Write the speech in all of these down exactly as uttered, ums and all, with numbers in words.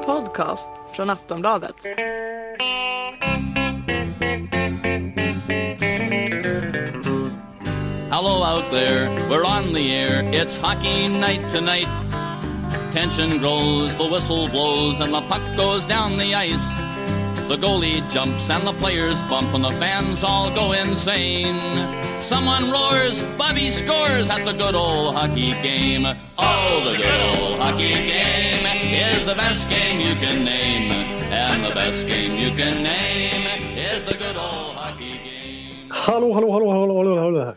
podcast från Aftonbladet. Hello out there, we're on the air, it's hockey night tonight. Tension grows, the whistle blows, and the puck goes down the ice. The goalie jumps and the players bump and the fans all go insane. Someone roars, Bobby scores at the good old hockey game. Oh, the good old hockey game is the best game you can name. And the best game you can name is the good old hockey game. Hallå, hallå, hallå, hallå, hallå, hallå.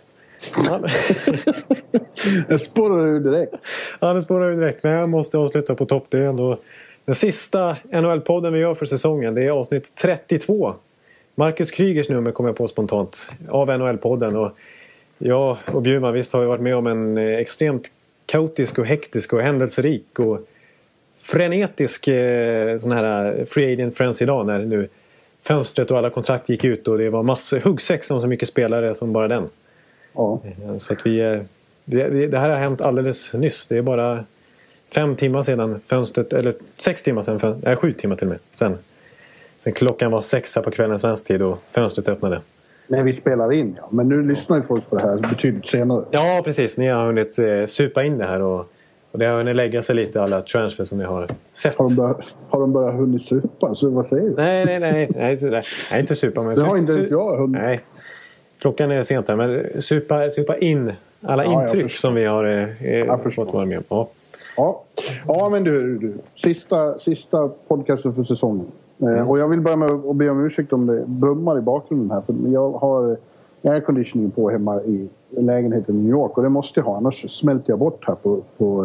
Jag spårar ur direkt. Ja, det spårar ur direkt. Men jag måste avsluta på topp. Det är ändå den sista N H L-podden vi gör för säsongen. Det är avsnitt trettiotvå. Marcus Krygers nummer kommer jag på spontant av N H L-podden. Och jag och Bjurman, visst har vi varit med om en extremt kaotisk och hektisk och händelserik och frenetisk sån här free agent friends idag, när nu fönstret och alla kontrakt gick ut och det var massor huggsex om så mycket spelare som bara den. Ja. Så att vi, det, det här har hänt alldeles nyss. Det är bara fem timmar sedan fönstret, eller sex timmar sedan, nej, sju timmar till och med sen, sen klockan var sexa på kvällen svensk tid och fönstret öppnade. Nej, vi spelar in, ja. Men nu lyssnar ju folk på det här betydligt senare. Ja, precis. Ni har hunnit eh, supa in det här och, och det har hunnit lägga sig lite, alla transfers som ni har sett. Har de, bör, har de börjat hunnit supa? Så vad säger du? Nej, nej, nej. Nej, nej, nej inte supa. Men det sup, har inte ens jag hunnit. Nej. Klockan är sent här, men supa, supa in alla ja, intryck som vi har eh, fått vara med om. Ja. Ja. Ja, men du, du. Sista, sista podcasten för säsongen. Mm. Eh, och jag vill börja med att be om ursäkt om det brummar i bakgrunden här. För jag har airconditioning på hemma i lägenheten i New York. Och det måste jag ha, annars smälter jag bort här på, på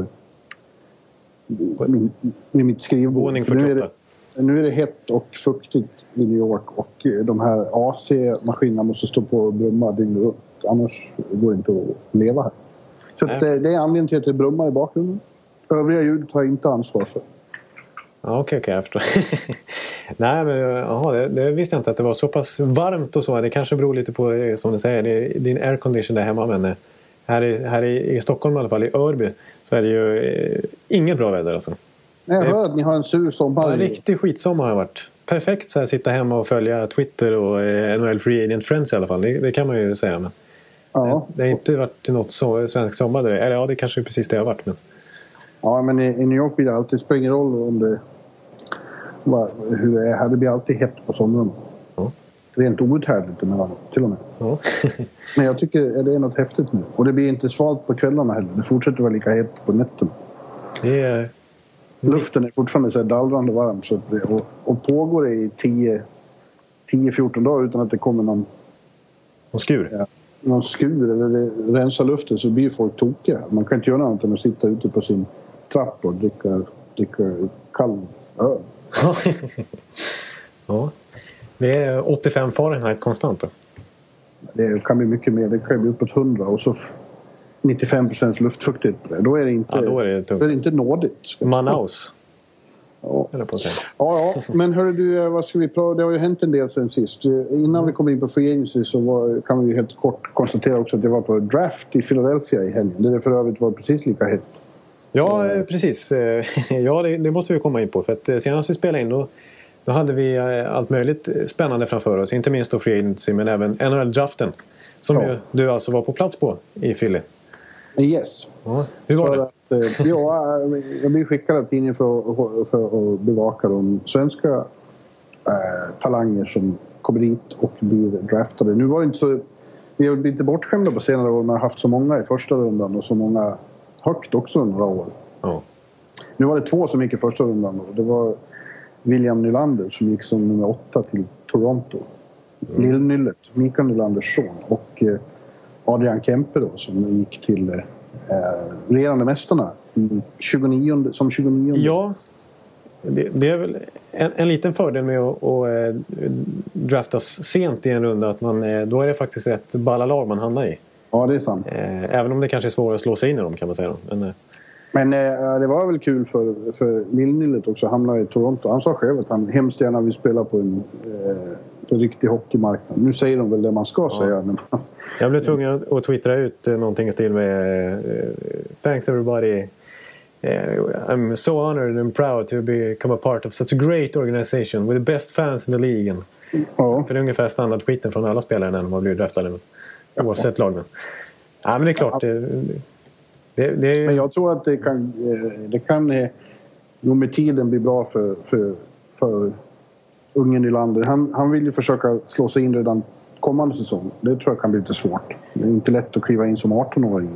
min, med mitt skrivbord. Nu är, det, nu är det hett och fuktigt i New York. Och de här A C-maskinerna måste stå på och brumma dygnet runt. Annars går det inte att leva här. Så att det, det är anledningen till att det brummar i bakgrunden. Övriga ljud tar jag inte ansvar för. Ja, okej, okej, jag förstår. Nej, men aha, det, det visste jag inte att det var så pass varmt och så. Det kanske beror lite på, som du säger, det är din aircondition där hemma. Men här i, här i, i Stockholm i alla fall, i Örby, så är det ju eh, inget bra väder alltså. Nej, jag hör att ni har en sur sommar. Ja, en riktig skitsommar har varit. Perfekt så här, sitta hemma och följa Twitter och eh, N H L Free Agent Friends i alla fall. Det, det kan man ju säga, men ja. det, det har inte varit något så, svensk sommar där. Eller ja, det kanske är precis det har varit, men ja, men i, i New York blir det alltid, spelar ingen roll om det va, hur det är här. Det blir alltid hett på sommaren. Ja. Rent outhärdligt emellanåt, till och med. Ja. Men jag tycker det är något häftigt nu. Och det blir inte svalt på kvällarna heller. Det fortsätter vara lika hett på nätterna. Det är... Luften är fortfarande så här dallrande varm. Så att det, och, och pågår det i tio fjorton dagar utan att det kommer någon... Någon skur? Ja, någon skur eller det rensar luften, så blir folk tokiga. Man kan inte göra något än att sitta ute på sin trapp och dricka, dricka kall öl. Ja. Det är åttiofem Fahrenheit konstant då? Det kan bli mycket mer. Det kan bli uppåt hundra och så nittiofem procent luftfuktighet på det. Då är det inte, ja, då är det då är det inte nådigt. Manaus. Ja. På att säga. Ja, ja. Men hörru du, vad ska vi prata? Det har ju hänt en del sen sist. Innan vi kom in på free agency så var, kan vi helt kort konstatera också att det var på draft i Philadelphia i helgen. Det är för övrigt var precis lika hett. Ja, precis. Ja, det, det måste vi komma in på. För att senast vi spelade in då, då hade vi allt möjligt spännande framför oss. Inte minst då free agency, men även N H L-draften. Som ja. ju, du alltså var på plats på i Philly. Yes. Ja. Hur var för det? Att, ja, jag blir skickad av tidningen för, för att bevaka de svenska eh, talanger som kommer dit och blir draftade. Nu var det inte så... Vi har blivit inte bortskämda på senare år. Man har haft så många i första rundan och så många högt också några år. Ja. Nu var det två som gick i första rundan. Det var William Nylander som gick som nummer åtta till Toronto. Mm. Lill-Nyllet, Mikael Nylanders son. Och eh, Adrian Kempe då, som gick till eh, regerande mästarna i tjugonionde, som tjugonionde. Ja, det, det är väl en, en liten fördel med att, att äh, draftas sent i en runda. Att man, äh, då är det faktiskt ett balla lag man hamnar i. Ja, det är sant. Äh, även om det kanske är svårare att slå sig in i dem, kan man säga. Men, äh. Men äh, det var väl kul för, för Lill-Nyllet också att hamna i Toronto. Han sa själv att han hemskt gärna vill spela på en... Äh, på en riktig hockeymarknad. Nu säger de väl det man ska ja. säga. Men... Jag blev tvungen att twittra ut någonting i stil med uh, Thanks everybody I'm so honored and proud to become a part of such a great organization with the best fans in the league. Ja. För det är ungefär standardskiten från alla spelare när de har blivit draftade. Oavsett lag. Men. Ja, men det är klart. Det, det, det är... Men jag tror att det kan, det kan nog med tiden bli bra för, för, för ungen Nylander. Han, han vill ju försöka slå sig in redan kommande säsong. Det tror jag kan bli lite svårt. Det är inte lätt att kliva in som arton-åring.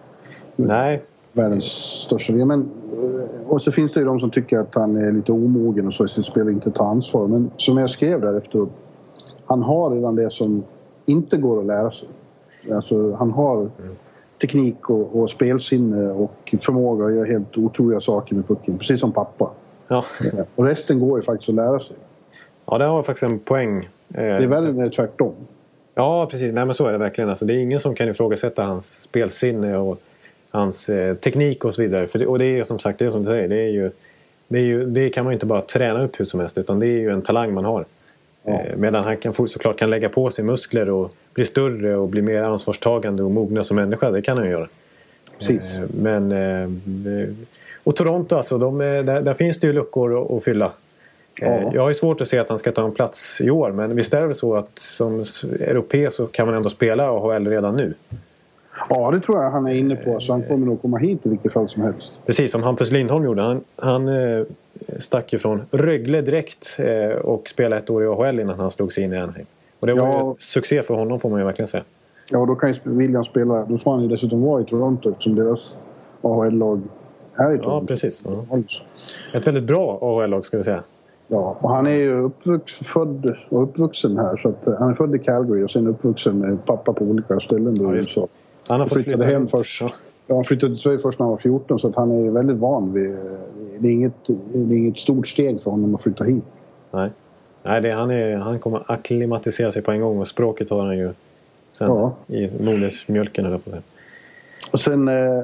Nej. Världens största. Men, och så finns det ju de som tycker att han är lite omogen och så i sitt spel inte tar ansvar. Men som jag skrev där efteråt, han har redan det som inte går att lära sig. Alltså, han har mm. teknik och, och spelsinne och förmåga att göra helt otroliga saker med pucken. Precis som pappa. Ja. Och resten går ju faktiskt att lära sig. Ja, det har faktiskt en poäng. Det är värre när det är tvärtom. Ja, precis. Nej, men så är det verkligen. Alltså, det är ingen som kan ifrågasätta hans spelsinne och hans eh, teknik och så vidare. För det, och det är ju som sagt, det är som du säger, det, är ju, det, är ju, det kan man ju inte bara träna upp hur som helst, utan det är ju en talang man har. Ja. Eh, medan han kan, såklart kan lägga på sig muskler och bli större och bli mer ansvarstagande och mogna som människa, det kan han ju göra. Precis. Eh, men, eh, och Toronto alltså, de, där, där finns det ju luckor att, att fylla. Ja. Eh, jag har ju svårt att se att han ska ta en plats i år, men visst är det så att som europé så kan man ändå spela A H L redan nu. Ja, det tror jag han är inne på. Så han kommer nog komma hit i vilket fall som helst. Precis som Hampus Lindholm gjorde. Han, han eh, stack ju från Rögle direkt eh, och spelade ett år i A H L innan han slog sig in i Anaheim. Och det var ja, ju succé för honom, får man ju verkligen säga. Ja, då kan ju William spela. Då får han ju dessutom vara i Toronto som deras A H L-lag är i Toronto. Ja, precis. Ja. Ett väldigt bra A H L-lag ska vi säga. Ja, och han är ju uppvuxen, född och uppvuxen här. Så att han är född i Calgary och sen uppvuxen med pappa på olika ställen då. Ja, så. Han har fått flyttade hem först. Ja. Ja, han flyttade till Sverige först när han var fjorton, så att han är väldigt van vid... Det är inget, det är inget stort steg för honom att flytta hit. Nej, Nej det, han, är, han kommer akklimatisera sig på en gång, och språket har han ju sen ja. i modersmjölken. Eller på det. Och sen eh,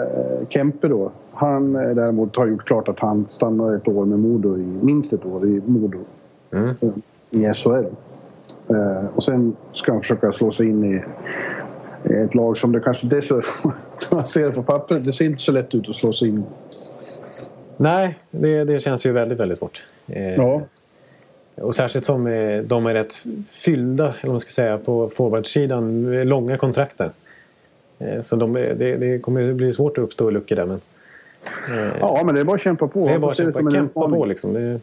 Kempe då. Han eh, däremot har gjort klart att han stannar ett år med Modo, i, minst ett år i Modo. Mm. I S H L. Eh, och sen ska han försöka slå sig in i ett lag som det kanske det är så, man ser på papper, det ser inte så lätt ut att slå sig in. Nej, det, det känns ju väldigt, väldigt svårt. Eh, ja. Och särskilt som eh, de är rätt fyllda, eller vad man ska säga, på forwardsidan, långa kontrakter. Eh, så de, det, det kommer bli svårt att uppstå luckor där. Men, eh, ja, men det är bara att kämpa på. Det är bara att kämpa, kämpa på liksom. Det,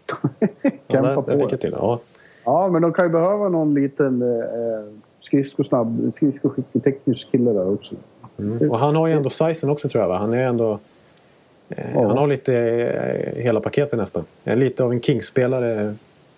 kämpa ja, där, på. Till, ja. ja, men de kan ju behöva någon liten... Eh, skridskosnabb, skridskoskicklig teknisk kille där också. Mm. Och han har ju ändå sizen också, tror jag, va? Han är ändå eh, ja. Han har lite eh, hela paketet nästan. Lite av en Kings-spelare,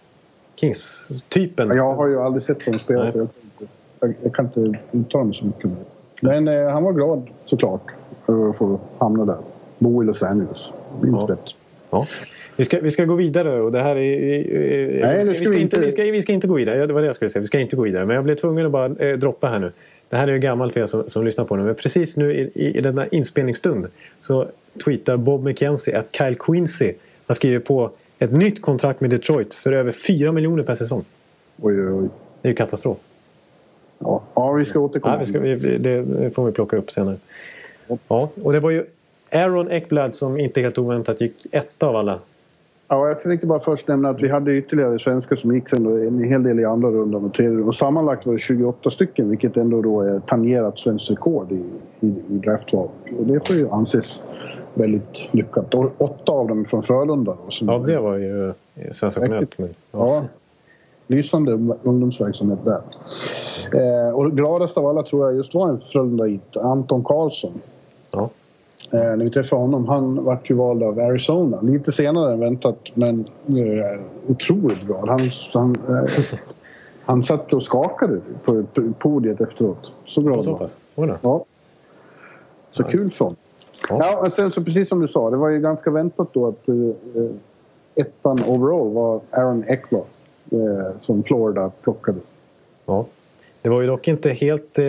Kings-typen. Jag har ju aldrig sett honom spela. Jag, jag, jag kan inte uttala mig så mycket. Men eh, han var glad såklart för att få hamna där. Bo i Los Angeles. Inte ja. bättre. Ja. Vi ska, vi ska gå vidare, och det här är... är Nej, vi, ska, ska vi, ska vi, inte, vi, ska, vi ska inte gå vidare. Det var det jag skulle säga. Vi ska inte gå vidare. Men jag blev tvungen att bara eh, droppa här nu. Det här är ju gammalt för er som, som lyssnar på nu. Men precis nu i, i, i denna inspelningsstund så tweetar Bob McKenzie att Kyle Quincy har skrivit på ett nytt kontrakt med Detroit för över fyra miljoner per säsong. Oj, oj, oj. Det är ju katastrof. Ja, ja vi ska återkomma. Ja, vi ska, vi, det får vi plocka upp senare. Ja, och det var ju Aaron Ekblad som inte helt oväntat gick ett av alla. Ja, jag tänkte bara först nämna att vi hade ytterligare svenskar som gick sen då, en hel del i andra rundan och tredje. Och sammanlagt var det tjugoåtta stycken, vilket ändå då är tangerat svensk rekord i, i, i draftval. Och det får ju anses väldigt lyckat. Och åtta av dem från Frölunda. Då, som ja, det var ju sensationellt. Men, ja. ja, lysande ungdomsverksamhet där. Eh, och gladast av alla tror jag just var en Frölunda-it, Anton Karlsson. Ja. Eh, när vi träffade honom, han var ju vald av Arizona lite senare än väntat, men eh, otroligt bra. Han, han, eh, han satt och skakade på podiet efteråt. Så bra. Så pass. Ja. Ja. Så ja. Kul sånt. Ja, ja men sen så precis som du sa, det var ju ganska väntat då att eh, ettan overall var Aaron Ekblad eh, som Florida plockade. Ja. Det var ju dock inte helt eh,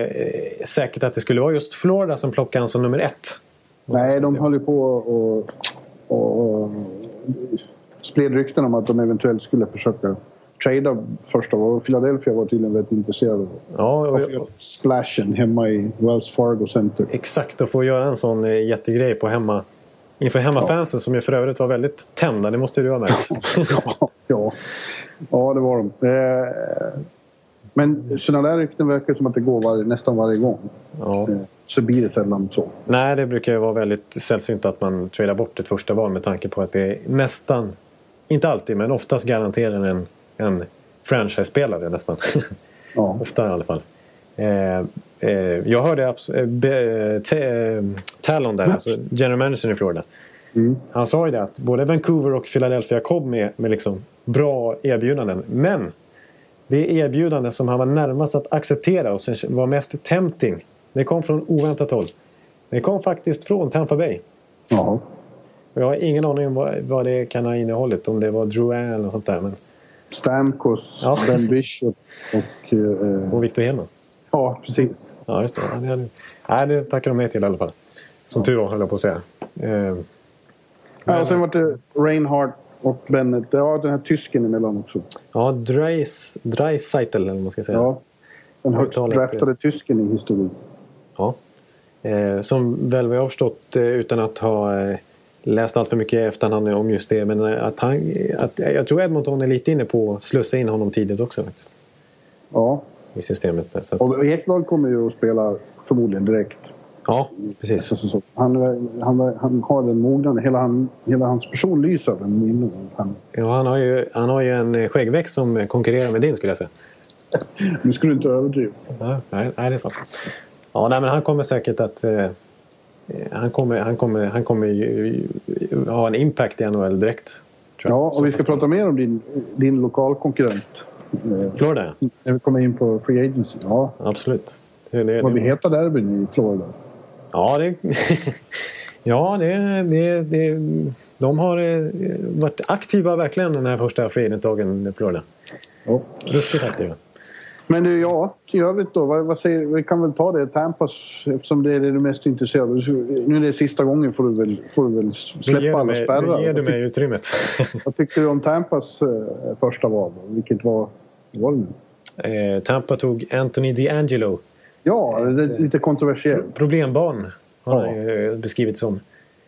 säkert att det skulle vara just Florida som plockade han som nummer ett. Nej, de höll ju på och, och, och spred rykten om att de eventuellt skulle försöka trada första var. Philadelphia var tydligen väldigt intresserade Ja, och, av splashen hemma i Wells Fargo Center. Exakt, att få göra en sån eh, jättegrej på hemma inför hemmafansen ja. Som ju för övrigt var väldigt tända. Det måste du ha med. ja, ja. ja, det var de. Eh, men sådana där rykten verkar som att det går var, nästan varje gång. Ja. Eh, så blir det sällan så. Nej, det brukar ju vara väldigt sällsynt att man tradar bort ett första val med tanke på att det är nästan, inte alltid, men oftast garanterar en, en franchise-spelare nästan. Ja. Ofta i alla fall. Eh, eh, jag hörde abs- be, te, Talon där, alltså general manager i Florida. Mm. Han sa ju det att både Vancouver och Philadelphia kom med, med liksom bra erbjudanden. Men det erbjudande som han var närmast att acceptera och sen var mest tempting, det kom från oväntat håll. Det kom faktiskt från Tampa Bay. Ja. Och jag har ingen aning om vad, vad det kan ha innehållit. Om det var Drouin eller sånt där. Men... Stamkos, ja. Ben Bishop och... Eh... och Victor Hedman. Ja, precis. Ja, just det. Ja, det, hade... Nej, det tackar de mig till i alla fall. Som ja. tur var, höll jag på att säga. Eh... Men... Ja, och sen var det Reinhardt och Bennett. Ja, den här tysken emellan också. Ja, Dreis, Dreisaitel eller vad man ska säga. Ja, den högst draftade tysken i historien. Ja. Eh, som väl vi har förstått eh, utan att ha eh, läst allt för mycket i efterhand om just det. Men att han, att, jag tror Edmonton är lite inne på att slussa in honom tidigt också faktiskt. Ja. I systemet. Så att... Och Ekblad kommer ju att spela förmodligen direkt. Ja, precis. Så, så, så. Han, han, han har den mognaden. Hela, han, hela hans person lyser av den innan. Han... Ja, han har, ju, han har ju en skäggväxt som konkurrerar med din, skulle jag säga. Nu skulle du inte överdriva. Ja, nej, nej, det är sant. Ja, nej, men han kommer säkert att... Eh, han kommer, han kommer, han kommer ju, ha en impact i N H L direkt. Ja, och vi ska prata mer om din, din lokalkonkurrent. Florida, ja. När vi kommer in på free agency. Ja, absolut. Det, det, vad vi heter derbyn i Florida. Ja, det... ja, det, det, det... De har varit aktiva verkligen den här första free agent-dagen i Florida. Ja. Ruskigt aktiva. Men det, ja, i övrigt då, vad, vad säger, vi kan väl ta det Tampas eftersom det är det du mest intresserade. Nu är det sista gången får du väl, får du väl släppa alla spärrar. Nu ger du mig utrymmet. Vad tyckte du om Tampas eh, första val? Vilket var, var det nu? Eh, Tampa tog Anthony DeAngelo. Ja, det är lite kontroversiellt. Problembarn har han ja. beskrivit som.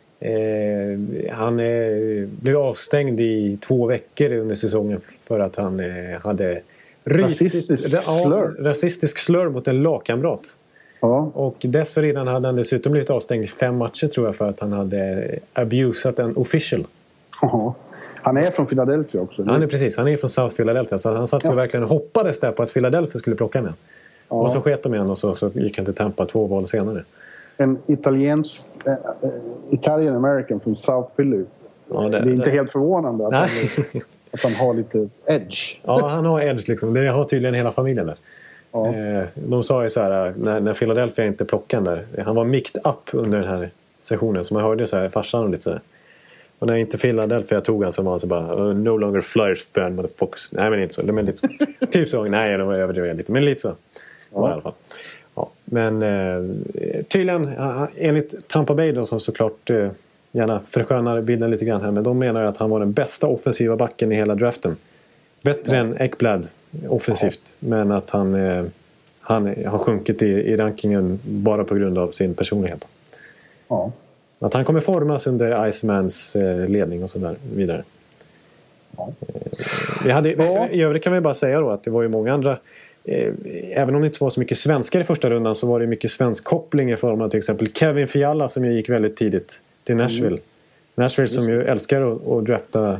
Eh, han eh, blev avstängd i två veckor under säsongen för att han eh, hade rasistisk slur. Ja, rasistisk slur mot en lagkamrat. Ja. Och dessförinnan hade han dessutom blivit avstängd i fem matcher tror jag för att han hade abusat en official. Ja. Han är från Philadelphia också. Han är precis, han är från South Philadelphia så han satt ju ja. verkligen och hoppades där på att Philadelphia skulle plocka med. Ja. Och så sket de igen och så, så gick han till Tampa två val senare. En italiensk äh, Italian American från South Philly. Ja, det, det är inte det. Helt förvånande att han, att han har lite edge. Ja, han har edge liksom. Det har tydligen hela familjen där. Ja. Eh, de sa ju så här när, när Philadelphia inte plockade där. Han var micked up under den här sessionen så man hörde så här farsan och lite så här. Och när inte Philadelphia tog han så var han så bara no longer Flyers fan motherfuckers. Nej men inte så. Men lite, typ så. Nej, de var överdrivet lite. Men lite så. Ja. I alla fall. Ja, men eh, tydligen eh, enligt Tampa Bay då, som såklart eh, gärna förskönar bilden lite grann här, men de menar att han var den bästa offensiva backen i hela draften. Bättre ja. än Ekblad offensivt, ja. men att han, eh, han har sjunkit i, i rankingen bara på grund av sin personlighet. Ja. Att han kommer formas under Icemans eh, ledning och så där vidare. Ja. Eh, vi hade, ja. I övrigt kan vi bara säga då att det var ju många andra. Även om det inte var så mycket svenskar i första rundan så var det mycket svensk koppling i form av till exempel Kevin Fiala som ju gick väldigt tidigt till Nashville. Mm. Nashville som ju älskar att, att drafta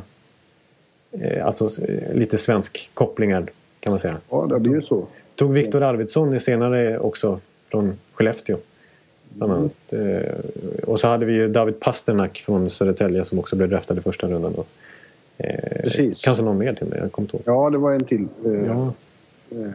eh, alltså lite svensk kopplingar kan man säga. Ja, det blir ju så. Tog Viktor Arvidsson senare också från Skellefteå. Bland annat. Mm. Eh, och så hade vi ju David Pasternak från Södertälje som också blev draftad i första rundan då. Eh, Precis. Kanske någon mer till mig, jag kommer inte ihåg. Ja, det var en till. Eh, ja. Eh,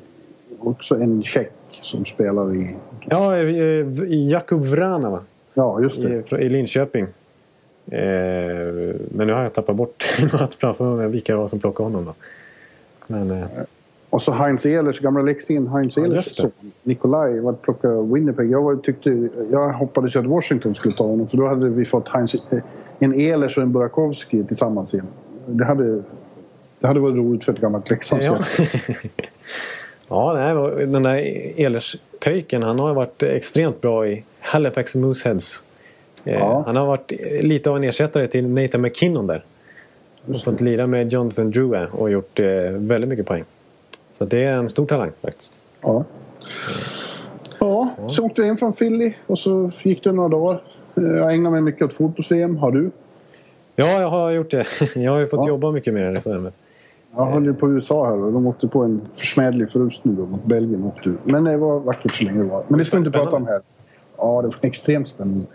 också en tjeck som spelar i... Ja, i Jakub Vrana va? Ja, just det. I, i Linköping. Eh, men nu har jag tappat bort något framför mig vilka det var som plockade honom då. Men, eh. Och så Heinz Ehlers, gamla Leksand Heinz ja, Ehlers son, Nikolaj var plockade Winnipeg. Jag, var, tyckte, jag hoppades att Washington skulle ta honom för då hade vi fått Heinz, en Ehlers och en Burakovsky tillsammans igen. Det hade Det hade varit roligt för ett gammalt Leksands. Ja. Ja, nej, den där Ehlers-pöjken, han har varit extremt bra i Halifax Mooseheads. Ja. Han har varit lite av en ersättare till Nathan McKinnon där. Och fått lira med Jonathan Drouin och gjort eh, väldigt mycket poäng. Så det är en stor talang faktiskt. Ja. Ja, ja. Så åkte jag in från Philly och så gick det några dagar. Jag ägnar mig mycket åt fotbolls-V M. Har du? Ja, jag har gjort det. Jag har ju fått ja. jobba mycket med det. Så här. Jag höll ju på U S A här och de åkte på en försmädlig förlust nu då mot Belgien. Åkte ut. Men det var vackert så länge det var. Men det ska vi inte prata om här. Ja, det var extremt spännande.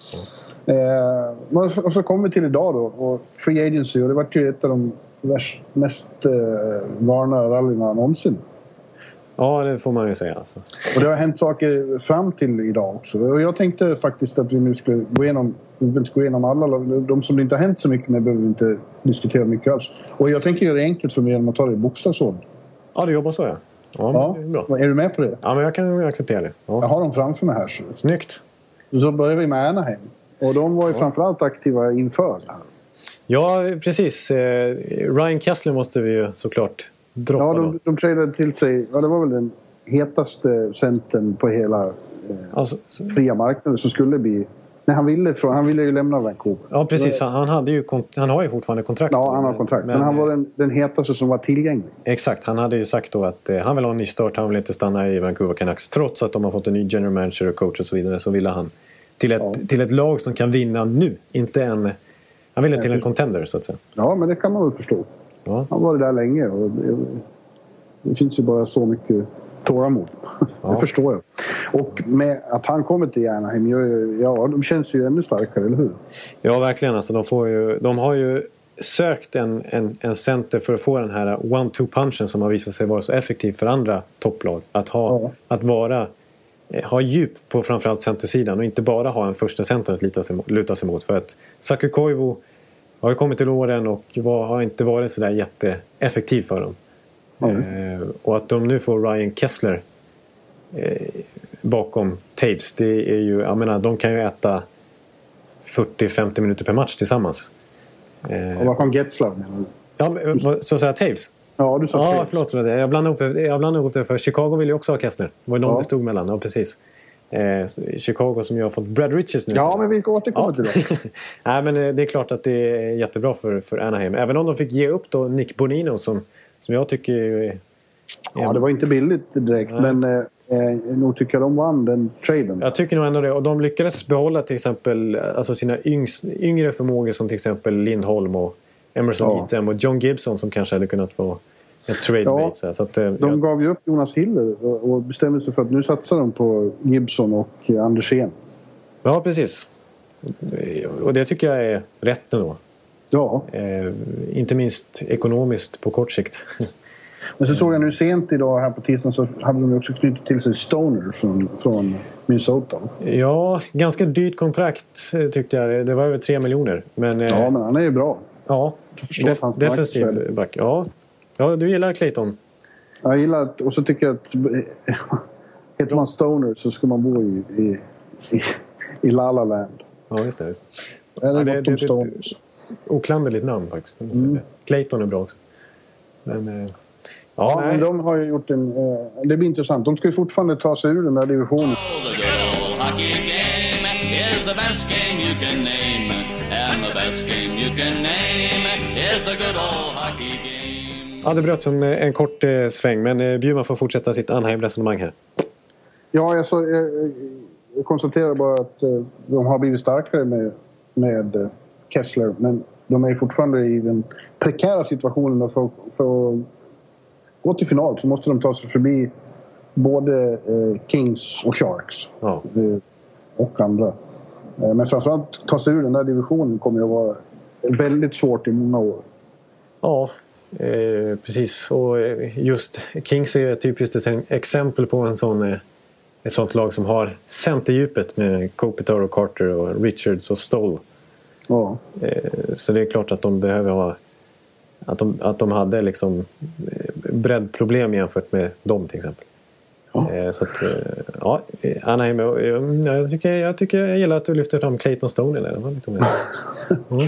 Eh, och så kom vi till idag då. Och Free Agency. Och det var ju ett av de mest eh, varna rallyna någonsin. Ja, det får man ju säga. Alltså. Och det har hänt saker fram till idag också. Och jag tänkte faktiskt att vi nu skulle gå igenom, vi vill inte gå igenom alla. De som det inte har hänt så mycket med behöver vi inte diskutera mycket alls. Och jag tänker göra det enkelt för mig genom att ta det i bokstavsordning. Ja, du jobbar så, ja. Ja, ja. Det är bra. Är du med på det? Ja, men jag kan acceptera det. Ja. Jag har dem framför mig här. Så. Snyggt. Så börjar vi med Anaheim. Och de var ju ja. framförallt aktiva inför det här. Ja, precis. Ryan Kessler måste vi ju såklart droppa. Ja, de, de tradade till sig. Ja, det var väl den hetaste centern på hela eh, alltså, så... fria marknaden som skulle bli... Nej, han ville, från, han ville ju lämna Vancouver. Ja, precis. Han, han, hade ju, han har ju fortfarande kontrakt. Ja, han har kontrakt. Men, men han var den, den hetaste som var tillgänglig. Exakt. Han hade ju sagt då att eh, han vill ha en ny start. Han vill inte stanna i Vancouver Canucks. Trots att de har fått en ny general manager och coach och så vidare. Så ville han till ett, ja. till ett lag som kan vinna nu. Inte en... Han ville till en contender, så att säga. Ja, men det kan man väl förstå. Ja. Han var där länge. Och det, det finns ju bara så mycket tålamod. Ja. Det förstår jag. Och med att han kommer till Anaheim, ja, de känns ju ännu starkare, eller hur? Ja, verkligen. Alltså, de, får ju, de har ju sökt en, en, en center för att få den här one-two-punchen som har visat sig vara så effektiv för andra topplag. Att, ha, ja. att vara, ha djup på framförallt centersidan och inte bara ha en första center att luta sig, luta sig mot. För att Saku Koivu har ju kommit till åren och var, har inte varit så där jätteeffektiv för dem. Mm. Eh, och att de nu får Ryan Kessler eh, bakom Taves, det är ju, jag menar, de kan ju äta fyrtio till femtio minuter per match tillsammans. Eh, och bakom Getzlav? Ja, men, så att säga Taves? Ja, du sa Ja, Taves. förlåt. Jag blandade ihop, jag blandade ihop det, för Chicago vill ju också ha Kessler. Det var ju de ja. det stod mellan, ja precis. Eh, Chicago som ju har fått Brad Richards nu. Ja, men vi återkommer ja. till det. Nej, men det är klart att det är jättebra för, för Anaheim. Även om de fick ge upp då Nick Bonino som, som jag tycker är... Ja, det var inte billigt direkt, nej. men eh, nog tycker jag de vann den traden. Jag tycker nog ändå det. Och de lyckades behålla till exempel alltså sina yngs, yngre förmågor som till exempel Lindholm och Emerson ja. Item och John Gibson som kanske hade kunnat få ett trade ja. mate. Så, så att, de jag... gav ju upp Jonas Hiller och, och bestämde sig för att nu satsar de på Gibson och Andersén. Ja, precis. Och det tycker jag är rätt ändå. Ja. Eh, inte minst ekonomiskt på kort sikt. Men så såg jag nu sent idag här på tisdagen så hade de också knutit till sig Stoner från, från Minnesota. Ja, ganska dyrt kontrakt tyckte jag. Det var över tre miljoner. Men, ja, men han är ju bra. Ja, def- defensiv back. Ja. ja, du gillar Clayton. Jag gillar att, och så tycker jag att heter man Stoner så ska man bo i, i, i, i La La Land. Ja, just det. Just det. Eller ja, det, det, det, det, oklanderligt namn faktiskt. Mm. Clayton är bra också. Men... Ja, ja men de har ju gjort en... Eh, det blir intressant. De ska ju fortfarande ta sig ur den där divisionen. Ja, det bröt som en kort eh, sväng. Men eh, Bjurman får fortsätta sitt Anaheim-resonemang här. Ja, jag, så, jag, jag konstaterar bara att eh, de har blivit starkare med, med eh, Kessler. Men de är fortfarande i den prekära situationen för, för att gå till final så måste de ta sig förbi både eh, Kings och Sharks ja. eh, och andra. Eh, men framförallt ta sig ur den där divisionen kommer att vara väldigt svårt i många år. Ja, eh, precis. Och just Kings är typiskt ett exempel på en sån, eh, ett sånt lag som har centerdjupet med Kopitar och Carter och Richards och Stoll. Ja. Eh, så det är klart att de behöver ha Att de, att de hade liksom breddproblem jämfört med dem till exempel. Ja. Eh, så att, ja, Anaheim, jag, jag, tycker, jag tycker jag gillar att du lyfter fram Clayton Stone. Eller? Det var lite mm.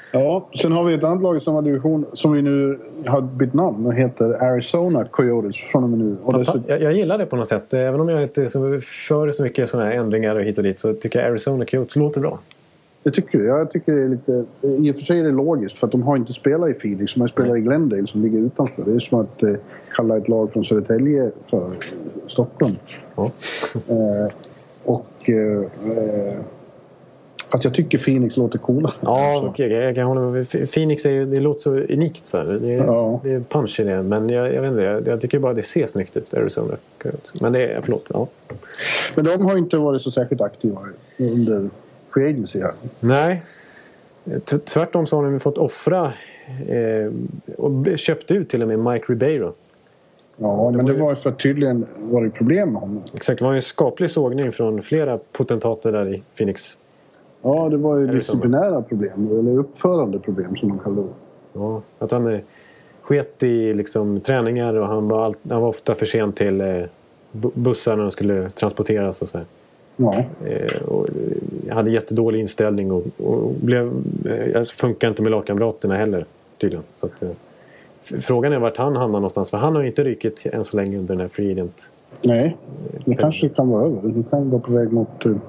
Ja, sen har vi ett annat lag i samma division som vi nu har bytt namn och heter Arizona Coyotes från och med nu. Och Ja, så... jag, jag gillar det på något sätt. Även om jag inte är så för så mycket sådana här ändringar och hit och dit, så tycker jag Arizona Coyotes låter bra. Jag tycker, jag tycker det är lite... I och för sig är det logiskt, för att de har inte spelat i Phoenix. De har spelat i Glendale som ligger utanför. Det är som att eh, kalla ett lag från Södertälje för Stockholm. Ja. Eh, och... Eh, att jag tycker Phoenix låter coola. Ja, okej. Okay. Jag kan hålla med. Phoenix är ju, det låter så unikt så här. Det är, ja. det är punch i det. Men jag, jag vet inte, jag, jag tycker bara det ser snyggt ut, Arizona. Men det är, förlåt, ja. Men de har inte varit så särskilt aktiva under free agency här. Nej. T- tvärtom så har de fått offra eh, och köpt ut till och med Mike Ribeiro. Ja, men det var för att tydligen var det problem med honom. Exakt, det var en skaplig sågning från flera potentater där i Phoenix. Ja, det var ju disciplinära problem, eller uppförande problem som man kallar det. Ja, att han eh, sket i liksom, träningar och han var, all, han var ofta för sent till eh, bussar när de skulle transporteras och så här. Ja. Eh, och hade jättedålig inställning och, och blev, eh, alltså funkar inte med lagkamraterna heller tydligen. Så att, eh, f- frågan är vart han hamnar någonstans, för han har inte rykit än så länge under den här free agent. Nej, det eh, kanske kan vara över. Du kan gå på väg mot eh,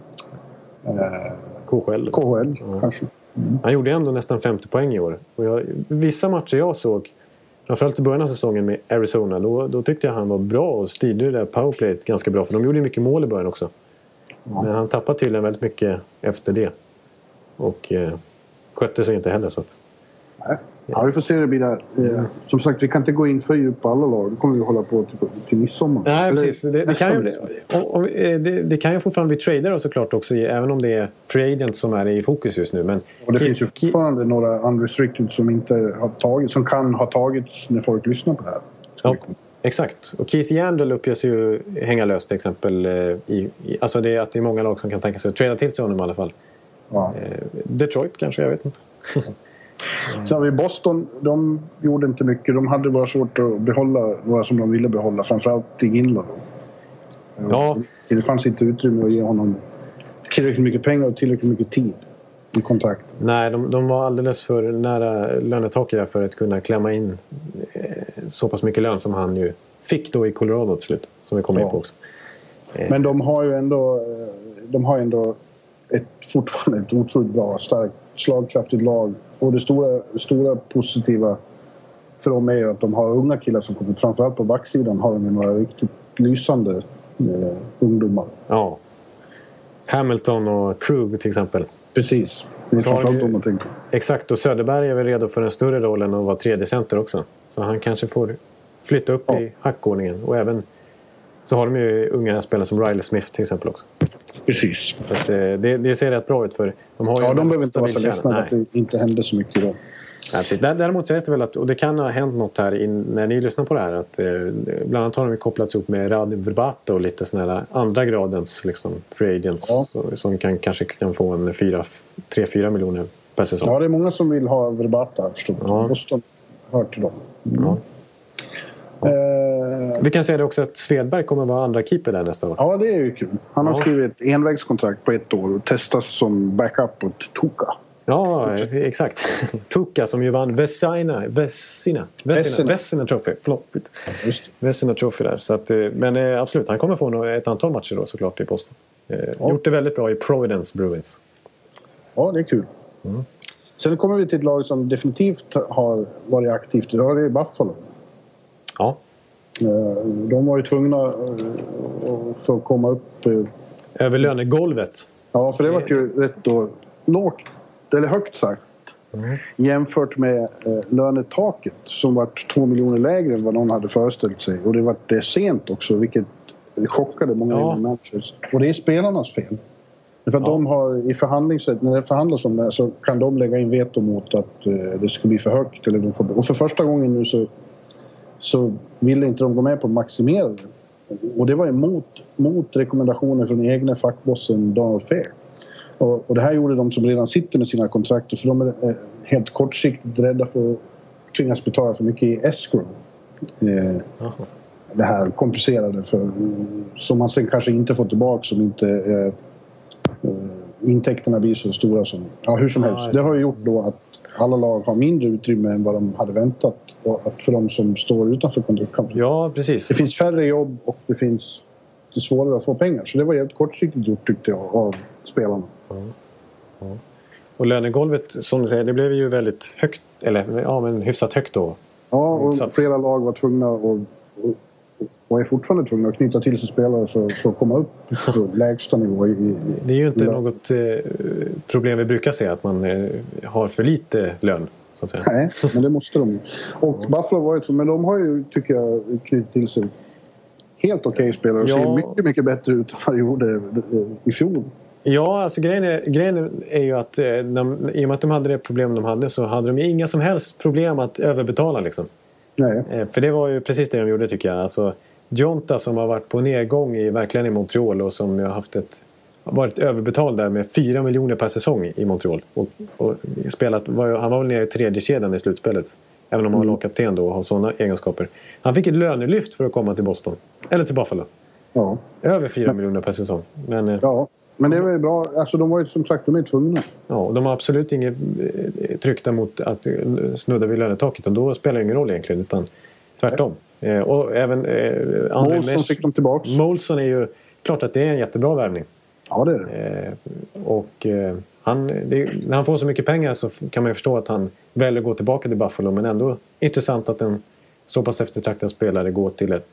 K H L. K H L ja. kanske. Mm. Han gjorde ändå nästan femtio poäng i år. Och jag, vissa matcher jag såg, framförallt i början av säsongen med Arizona, då, då tyckte jag han var bra och styrde det där powerplayet ganska bra. För de gjorde ju mycket mål i början också. Ja. Men han tappade tydligen väldigt mycket efter det. Och eh, skötte sig inte heller. Så att, Nej. Ja, vi får se hur det blir där. Mm. Som sagt, vi kan inte gå in för djupt på alla lag. Då kommer vi hålla på till, till midsommar. Nej, Eller, precis. Det, det, kan ju, och, och, det, det kan ju fortfarande bli tradare såklart också, även om det är free agent som är i fokus just nu. Men och det Keith, finns ju fortfarande Keith, några unrestricted som inte har tagit, som kan ha tagits när folk lyssnar på det här. Ja, exakt. Och Keith Yandel uppges ju hänga löst till exempel. I, i, alltså det är att det är många lag som kan tänka sig att trada till sig honom i alla fall. Ja. Detroit kanske, jag vet inte. Mm. Sen har vi Boston, de gjorde inte mycket. De hade bara svårt att behålla några som de ville behålla, framförallt i Ginla. Ja. Det fanns inte utrymme att ge honom tillräckligt mycket pengar och tillräckligt mycket tid i kontrakt. Nej, de, de var alldeles för nära lönetaket där för att kunna klämma in eh, så pass mycket lön som han ju fick då i Colorado till slut, som vi kommer ja. in på också. Eh. Men de har ju ändå de har ju ändå ett, fortfarande ett otroligt bra, starkt, slagkraftigt lag. Och det stora, stora positiva för dem är att de har unga killar som kommer, framförallt på backsidan har de några riktigt lysande eh, ungdomar. Ja. Hamilton och Krug till exempel. Precis. Det är framförallt de att tänka. Exakt, och Söderberg är väl redo för en större roll än att vara tredje center också. Så han kanske får flytta upp ja. i hackordningen. Och även så har de ju unga spelare som Riley Smith till exempel också. Precis. Så att, det, det ser rätt bra ut för de har ju ja, de behöver inte vara så ledsna att det inte hände så mycket idag. Ja, precis. Däremot sägs det väl att, och det kan ha hänt något här in, när ni lyssnar på det här, att eh, bland annat har de kopplats upp med Radim Verbata och lite sådana här andra gradens liksom, free agents ja. som, som kan, kanske kan få en tre fyra miljoner per säsong. Ja, det är många som vill ha Verbata, förstår du. Ja. Boston hör till dem. Mm. Ja. Ja. Vi kan säga det också att Svedberg kommer vara andra keeper där nästa år. Ja, det är ju kul. Han har ja. skrivit ett envägskontrakt på ett år och testas som backup åt Tuka. Ja, exakt. Tuka som ju vann Vessina, Vessina, Vessina, Vessina Trophy. Förlåt. Vessina Trophy där. Så att, men absolut, han kommer få ett antal matcher då såklart i Boston. Ja. Gjort det väldigt bra i Providence Bruins. Ja, det är kul. Mm. Sen kommer vi till ett lag som definitivt har varit aktivt. Det är Buffalo. Ja. De var ju tvungna för att komma upp över lönegolvet. Ja, för det var ju rätt då lågt, eller högt sagt, mm. jämfört med eh, lönetaket som var två miljoner lägre än vad någon hade föreställt sig. Och det var det sent också, vilket chockade många ja. managers. Och det är spelarnas fel. För att ja. de har i förhandlingsrätt, när det förhandlas om det så kan de lägga in veto mot att eh, det ska bli för högt. Eller de får, och för första gången nu så så ville inte de gå med på maximerade. Och det var emot mot rekommendationer från egna fackbossen Donald Fair. Och, och det här gjorde de som redan sitter med sina kontrakt, för de är eh, helt kortsiktigt rädda för att tvingas betala för mycket i escrow. Eh, det här komplicerade för, som man sen kanske inte får tillbaka, som inte eh, intäkterna blir så stora som... Ja, hur som Ja, helst. just det. Det har ju gjort då att alla lag har mindre utrymme än vad de hade väntat. Och att för de som står utanför kontokan. Ja, precis. Det finns färre jobb och det finns... Det är svårare att få pengar. Så det var jävligt kortsiktigt gjort, tyckte jag, av spelarna. Ja. Ja. Och lönegolvet, som du säger, det blev ju väldigt högt. Eller ja, men hyfsat högt då. Ja, och Motsats. flera lag var tvungna och, och, och är fortfarande tvungna att knyta till sig spelare för, för att komma upp på lägsta nivå. I, i, Det är ju inte i, något eh, problem vi brukar se, att man eh, har för lite lön, så att säga. Nej, men det måste de. Och Buffalo var ju så, men de har ju, tycker jag, knutit till sig helt okej spelare. Och Ja. ser mycket, mycket bättre ut än vad de gjorde i fjol. Ja, alltså grejen är, grejen är ju att eh, de, i och med att de hade det problem de hade, så hade de ju inga som helst problem att överbetala liksom. Nej. Eh, för det var ju precis det de gjorde, tycker jag. Alltså, Jonta som har varit på nedgång i, verkligen i Montreal, och som har haft ett, varit överbetald där med fyra miljoner per säsong i Montreal. Och, och spelat, var, han var väl nere i tredje kedjan i slutspelet. Även om han var lagkapten då och har sådana egenskaper. Han fick ett lönelyft för att komma till Boston. Eller till Buffalo. Ja. Över fyra miljoner per säsong. Men, eh, Ja. Men det var ju bra. Alltså de var ju som sagt, de är tvungna. ja, och de har absolut inget eh, tryckta mot att eh, snudda vid lönetaket. Och då spelar det ingen roll egentligen, utan tvärtom. Eh, och även eh, André Mål som fick dem tillbaks. Molson är ju klart att det är en jättebra värvning. Ja, det är det. Eh, och eh, han, det, när han får så mycket pengar så kan man ju förstå att han väljer att gå tillbaka till Buffalo. Men ändå intressant att en så pass eftertraktad spelare går till ett,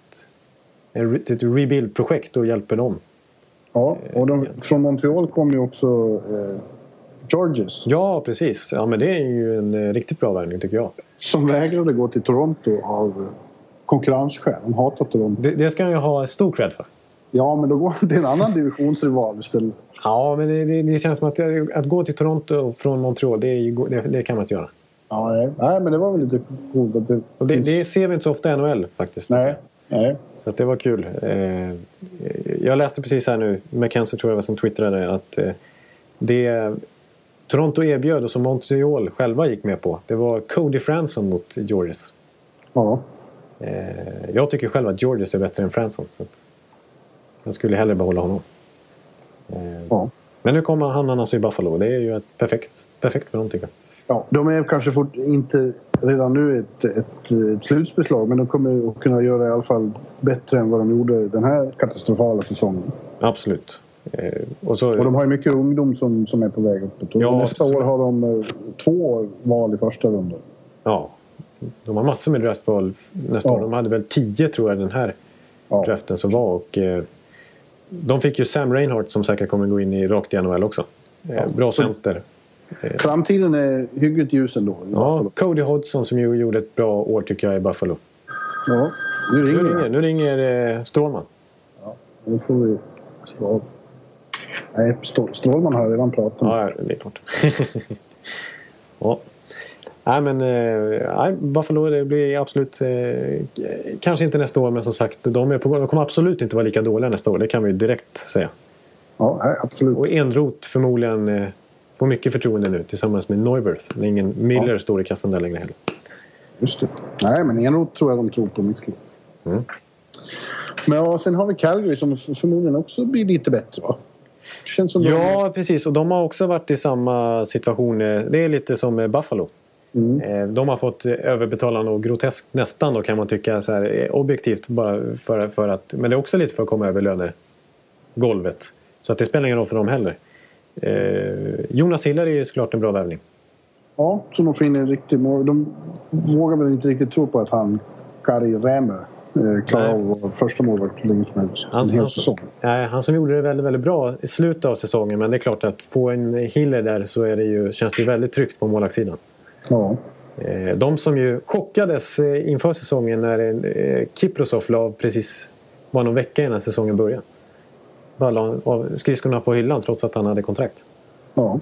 en, till ett rebuild-projekt och hjälper dem. Ja, och de, från Montreal kom ju också eh, Georges. Ja, precis. Ja, men det är ju en eh, riktigt bra värvning, tycker jag. Som vägrade gå till Toronto av eh, konkurrensskäl. De hatar Toronto. Det, det ska han ju ha stor cred för. Ja, men då går han till en annan divisionsrival istället. Ja, men det, det, det känns som att, att gå till Toronto från Montreal, det, är, det, det kan man inte göra. Ja, nej. nej, men det var väl lite coolt att det... Och det, det ser vi inte så ofta i N H L faktiskt. Nej, nej. Så att det var kul. Eh, jag läste precis här nu, Mackenzie tror jag var som twittrade, att eh, det Toronto erbjöd och som Montreal själva gick med på, det var Cody Franson mot Georges. Ja. Eh, jag tycker själv att Georges är bättre än Franson, så att jag skulle hellre behålla honom. Eh, Ja. Men nu kommer han alltså i Buffalo. Det är ju ett perfekt, perfekt för dem, tycker jag. Ja, de är kanske fort, inte redan nu ett, ett, ett slutbeslag, men de kommer att kunna göra i alla fall bättre än vad de gjorde den här katastrofala säsongen. Absolut. Eh, och, så, Och de har ju mycket ungdom som, som är på väg uppåt. Och Ja, nästa så- år har de eh, två val i första rundan. ja, de har massor med draftval nästa Ja. år. De hade väl tio, tror jag, den här Ja. draften som var. Och, eh, de fick ju Sam Reinhart som säkert kommer gå in i rakt i N H L också. Eh, Ja. Bra center. Framtiden är hyggligt ljus ändå. i Ja, Buffalo. Cody Hodgson som ju gjorde ett bra år, tycker jag, i Buffalo. Ja, nu Nu ringer ringer, jag. nu ringer eh, Strålman. Nu får vi slå av. Nej, Stå- Strålman har redan pratat. Ja, det är klart. Ja. Nej, men eh, nej, Buffalo, det blir absolut eh, kanske inte nästa år, men som sagt, de, är på, de kommer absolut inte vara lika dåliga nästa år. Det kan vi ju direkt säga. Ja, nej, absolut. Och Enroth förmodligen eh, får mycket förtroende nu tillsammans med Neuwirth. Det är ingen Miller Ja. står i kassan där längre heller. Just det. Nej, men Enroth tror jag de tror på mycket. Mm. Men ja, sen har vi Calgary som f- förmodligen också blir lite bättre, va? Känns som Ja, precis. Och de har också varit i samma situation. eh, Det är lite som eh, Buffalo. Mm. Eh, De har fått eh, överbetala något groteskt nästan, då kan man tycka så här, eh, objektivt bara för, för att, men det är också lite för att komma över lönegolvet. Så att det spelar ingen roll för dem heller. Eh, Jonas Hiller är ju såklart en bra värvning. Ja, så de får in en riktig mål. De vågar väl inte riktigt tro på att han, Kari Rämö, eh, klarar Nej. av att vara första målvakt hur länge som helst. Han, En hel han, säsong. nej, han som gjorde det väldigt, väldigt bra i slutet av säsongen, men det är klart att få en Hiller där, så är det ju, känns det ju väldigt tryggt på målvaktssidan. Ja. Eh, De som ju chockades eh, inför säsongen när eh, Kiprosov la precis bara någon vecka innan säsongen började. Bara la av skridskorna på hyllan trots att han hade kontrakt. Ja.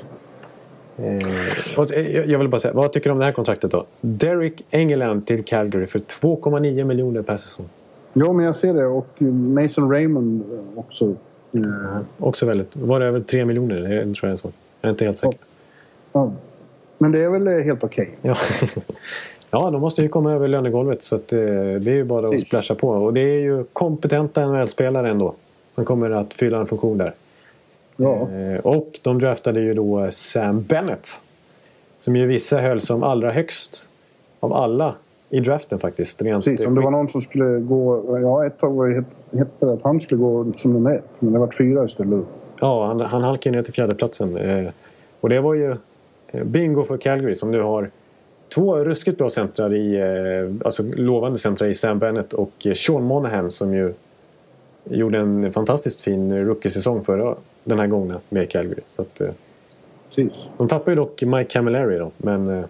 Eh, och, eh, jag vill bara säga, vad tycker du om det här kontraktet då? Derek Engeland till Calgary för två komma nio miljoner per säsong. Ja, men jag ser det. Och Mason Raymond också. Eh, Också väldigt, var det över tre miljoner? Jag tror jag är så. Jag är inte helt säker. ja. Men det är väl eh, helt okej. Ja. Ja, de måste ju komma över lönegolvet, så att, eh, det är ju bara att Precis. splasha på. Och det är ju kompetenta N H L-spelare ändå som kommer att fylla en funktion där. Ja. Eh, och de draftade ju då Sam Bennett. Som ju vissa höll som allra högst av alla i draften faktiskt. Rent Precis, om det var någon som skulle gå... Ja, ett tag var det hette att han skulle gå som nummer ett. Men det var fyra istället. Ja, han, han halkade ner till fjärdeplatsen. Eh, och det var ju eh, bingo för Calgary som nu har två ruskigt bra centrar i... Eh, alltså lovande centrar i Sam Bennett och eh, Sean Monahan som ju gjorde en fantastiskt fin rookie-säsong förra den här gången med Calgary. Så att, eh, Precis. de tappar ju dock Mike Camilleri då, men... Eh,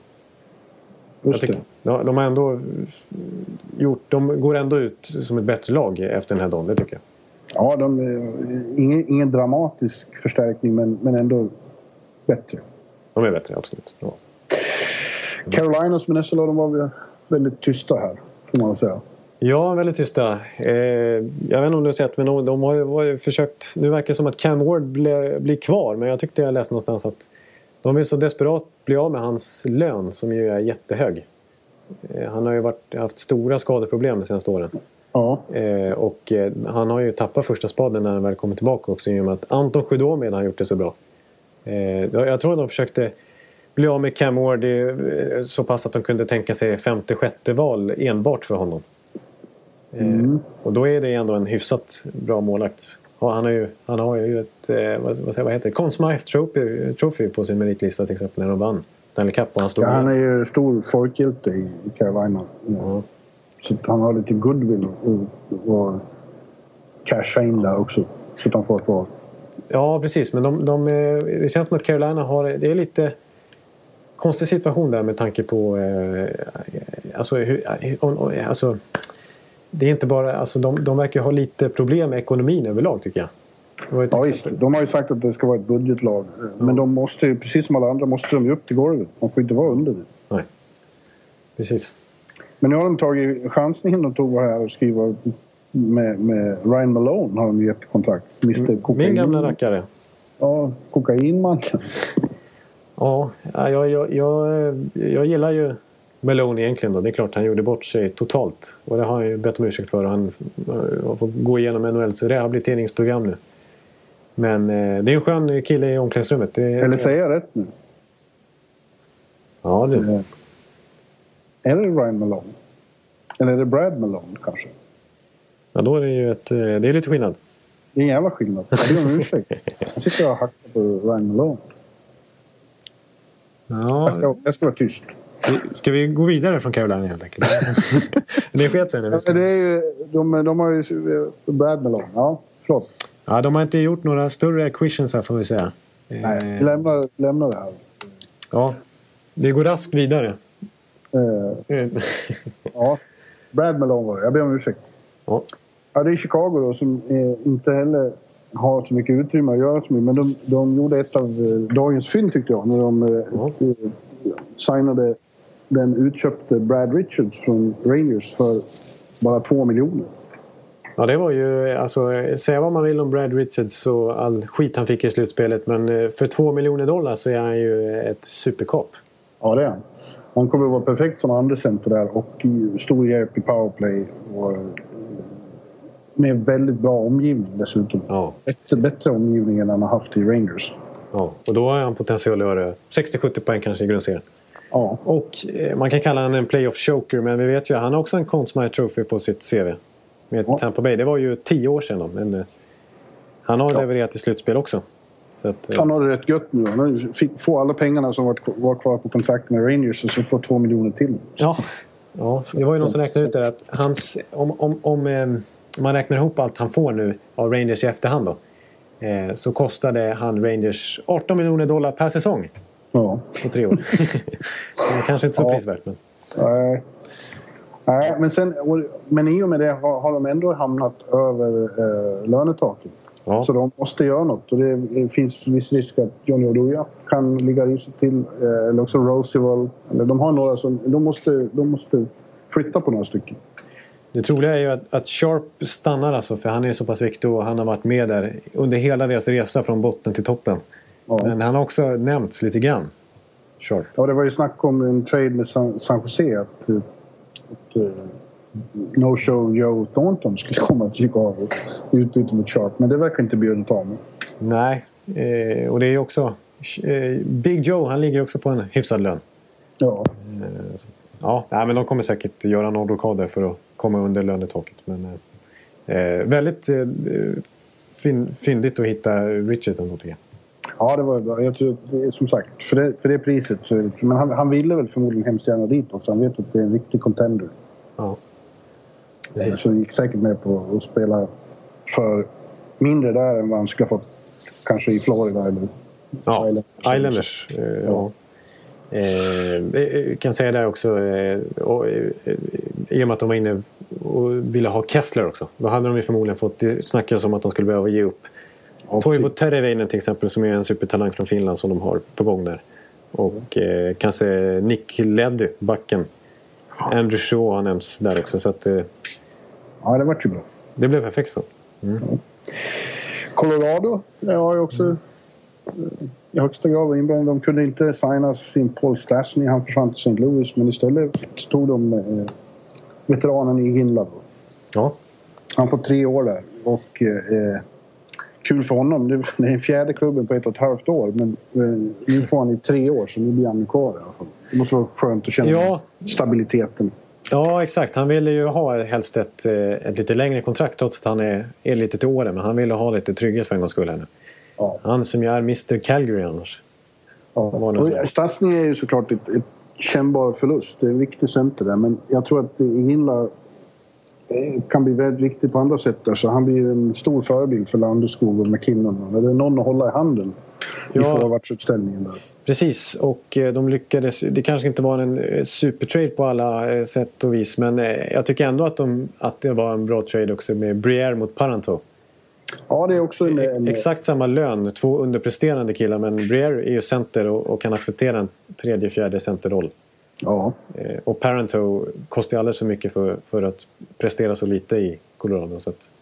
Just tycker, de, de har ändå gjort... De går ändå ut som ett bättre lag efter den här dagen, det tycker jag. Ja, de, ingen, ingen dramatisk förstärkning men, men ändå bättre. De är bättre, absolut. Ja. Carolinas med nästa lag, de var väldigt tysta här, får man väl säga. Ja, väldigt tysta. Eh, jag vet inte om du har sett, men de, de har, ju, har ju försökt... Nu verkar det som att Cam Ward blir, blir kvar, men jag tyckte jag läste någonstans att de vill så desperat bli av med hans lön som ju är jättehög. Eh, han har ju varit, haft stora skadeproblem de senaste åren. Ja. Eh, och eh, han har ju tappat första spaden när han väl kommer tillbaka också i och med att Anton Sjödomen har gjort det så bra. Eh, jag, jag tror att de försökte bli av med Cam Ward eh, så pass att de kunde tänka sig femte, sjätte val enbart för honom. Eh, Mm. Och då är det ändå en hyfsat bra målakt. Ja, han har ju, han har ju ett, eh, vad, vad, vad heter det? Conn Smythe trophy, trophy på sin meritlista till exempel när de vann Stanley Cup och han stod Ja, han med. är ju stor folkhjälte i Carolina. Ja. Så att han har lite goodwill och, och casha in där också. Så att han får ett val. Ja, precis. Men de, de, eh, det känns som att Carolina har... Det är lite konstig situation där med tanke på... Eh, alltså, hur, eh, alltså... Det är inte bara... Alltså, de, de verkar ha lite problem med ekonomin överlag, tycker jag. Det var ju ett Ja, exempel. visst. De har ju sagt att det ska vara ett budgetlag. Men de måste ju, precis som alla andra, måste de ju upp till golvet. Man får inte vara under det. Nej. Precis. Men nu har de tagit chansningen de tog här och skriva med, med Ryan Malone har de gett kontrakt. mister Kokain. Min gamla rackare. Ja, kokainmannen. Ja, jag, jag, jag, jag gillar ju Malone egentligen då. Det är klart han gjorde bort sig totalt. Och det har han ju bett om ursäkt för. Och han har fått gå igenom N H L:s rehabiliteringsprogram nu. Men eh, det är en skön kille i omklädningsrummet. Det är, Eller säger jag rätt nu? Ja, det. Eh, Är det Ryan Malone? Eller är det Brad Malone kanske? Ja, då är det ju ett... eh, Det är lite skillnad. Det är en jävla skillnad. Jag ber om ursäkt. Jag sitter och hackar på Ryan Malone. Ja, Jag ska, jag ska vara tyst. ska vi gå vidare från Carolina helt enkelt? Det sker sen. Ja, det är ju, de, de har ju Brad Malone. Ja, förlåt. Ja, de har inte gjort några större acquisitions här får vi säga. Nej, Eh, vi lämnar, lämnar det här. Ja, det går raskt vidare. Eh, Eh, ja, Brad Malone var det. Jag ber om ursäkt. ja. Ja, det är Chicago då som eh, inte heller har så mycket utrymme att göra så mycket. Men de, de gjorde ett av eh, dagens fynd tyckte jag. När de eh, Ja. eh, signade den utköpte Brad Richards från Rangers för bara två miljoner. Ja, det var ju, alltså, säga vad man vill om Brad Richards och all skit han fick i slutspelet. Men eh, för två miljoner dollar så är han ju ett superkap. Ja, det är han. Han kommer att vara perfekt som andra center där och stor hjälp i powerplay. Och, eh, med väldigt bra omgivning dessutom. Ja. Bättre, bättre omgivning än han har haft i Rangers. Ja, och då har han potential att göra sextio sjuttio poäng kanske i grundserien. Ja, Och eh, man kan kalla han en playoff choker, men vi vet ju han har också en Conn Smythe Trophy på sitt C V. Med Ja. Tampa Bay. Det var ju tio år sedan då, men eh, han har Ja. levererat i slutspel också. Så att, eh, han har det rätt gött nu. Han fick få alla pengarna som var, var kvar på kontrakt med Rangers och så får två miljoner till. ja, ja, det var ju någon som räknade ut det att hans, om, om, om eh, man räknar ihop allt han får nu av Rangers i efterhand då, eh, så kostade han Rangers arton miljoner dollar per säsong Ja. på tre år. Det är kanske inte så Ja. prisvärt, men... Nej. Nej, men sen, men i och med det har, har de ändå hamnat över eh, lönetaket. Ja. Så de måste göra något. Och det finns viss risk att Johnny Oduya kan ligga risigt till. Eh, eller också Roosevelt. Eller de har några som... De måste, de måste flytta på några stycken. Det troliga är ju att, att Sharp stannar alltså, för han är så pass viktig och han har varit med där under hela deras resa från botten till toppen. Ja. Men han har också nämnts lite grann. Sharp. Ja, det var ju snack om en trade med San, San Jose. Att, att uh, no-show Joe Thornton skulle komma till Chicago. Utbyte mot Sharp. Men det verkar inte bjuda ta med. Nej, Eh, och det är ju också... Eh, Big Joe, han ligger också på en hyfsad lön. Ja. Eh, så, ja, nej, men de kommer säkert göra någon rockader för att komma under lönetaket. Men eh, väldigt eh, fin, fyndigt att hitta Richardson, tycker jag. Ja, det var bra. Jag tror, som sagt, för det, för det priset så är det, men han, han ville väl förmodligen hemskt gärna dit också. Han vet att det är en riktig contender. Ja. Precis. Så gick säkert med på att spela för mindre där än vad han skulle ha fått kanske i Florida eller ja, Islanders. Islanders eh, ja. Eh, jag kan säga det också eh, och, eh, i och med att de var inne och ville ha Kessler också. Då hade de ju förmodligen fått snacka om att de skulle behöva ge upp. Toivo Teravainen till exempel, som är en supertalang från Finland som de har på gång där. Och eh, kanske Nick Leddy, backen. Andrew Shaw har nämnts där också. Så att, eh, ja, det var ju bra. Det blev perfekt för. Mm. Ja. Colorado, det har ju också i högsta grad inblandade. De kunde inte signa sin Paul Stastny. Han försvann till Saint Louis, men istället stod de eh, veteranen i Ginla. Ja. Han får tre år där. Och eh, kul för honom. Det är fjärde klubben på ett och ett halvt år. Men eh, nu får han i tre år, så nu blir han kvar i alla fall. Det måste vara skönt att känna ja. stabiliteten. Ja, exakt. Han ville ju ha helst ett, ett lite längre kontrakt, trots att han är, är lite till åren. Men han ville ha lite trygghet för en gång skull här nu. Ja. Han som ju är mister Calgary annars. Ja. Stastny är ju såklart ett, ett kännbar förlust. Det är en viktig center där. Men jag tror att Ginla kan bli väldigt viktig på andra sätt där. Så han blir en stor förebild för Landeskog och McKinnon. Det är någon att hålla i handen i ja. förvartsutställningen där. Precis, och de lyckades. Det kanske inte var en supertrade på alla sätt och vis, men jag tycker ändå att, de, att det var en bra trade också med Briere mot Parenteau. Ja, det är också en, en... exakt samma lön, två underpresterande killar, men Briere är ju center och, och kan acceptera en tredje, fjärde centerroll. Ja. Och Parenteau kostar alldeles så mycket för, för att prestera så lite i Colorado. Så att,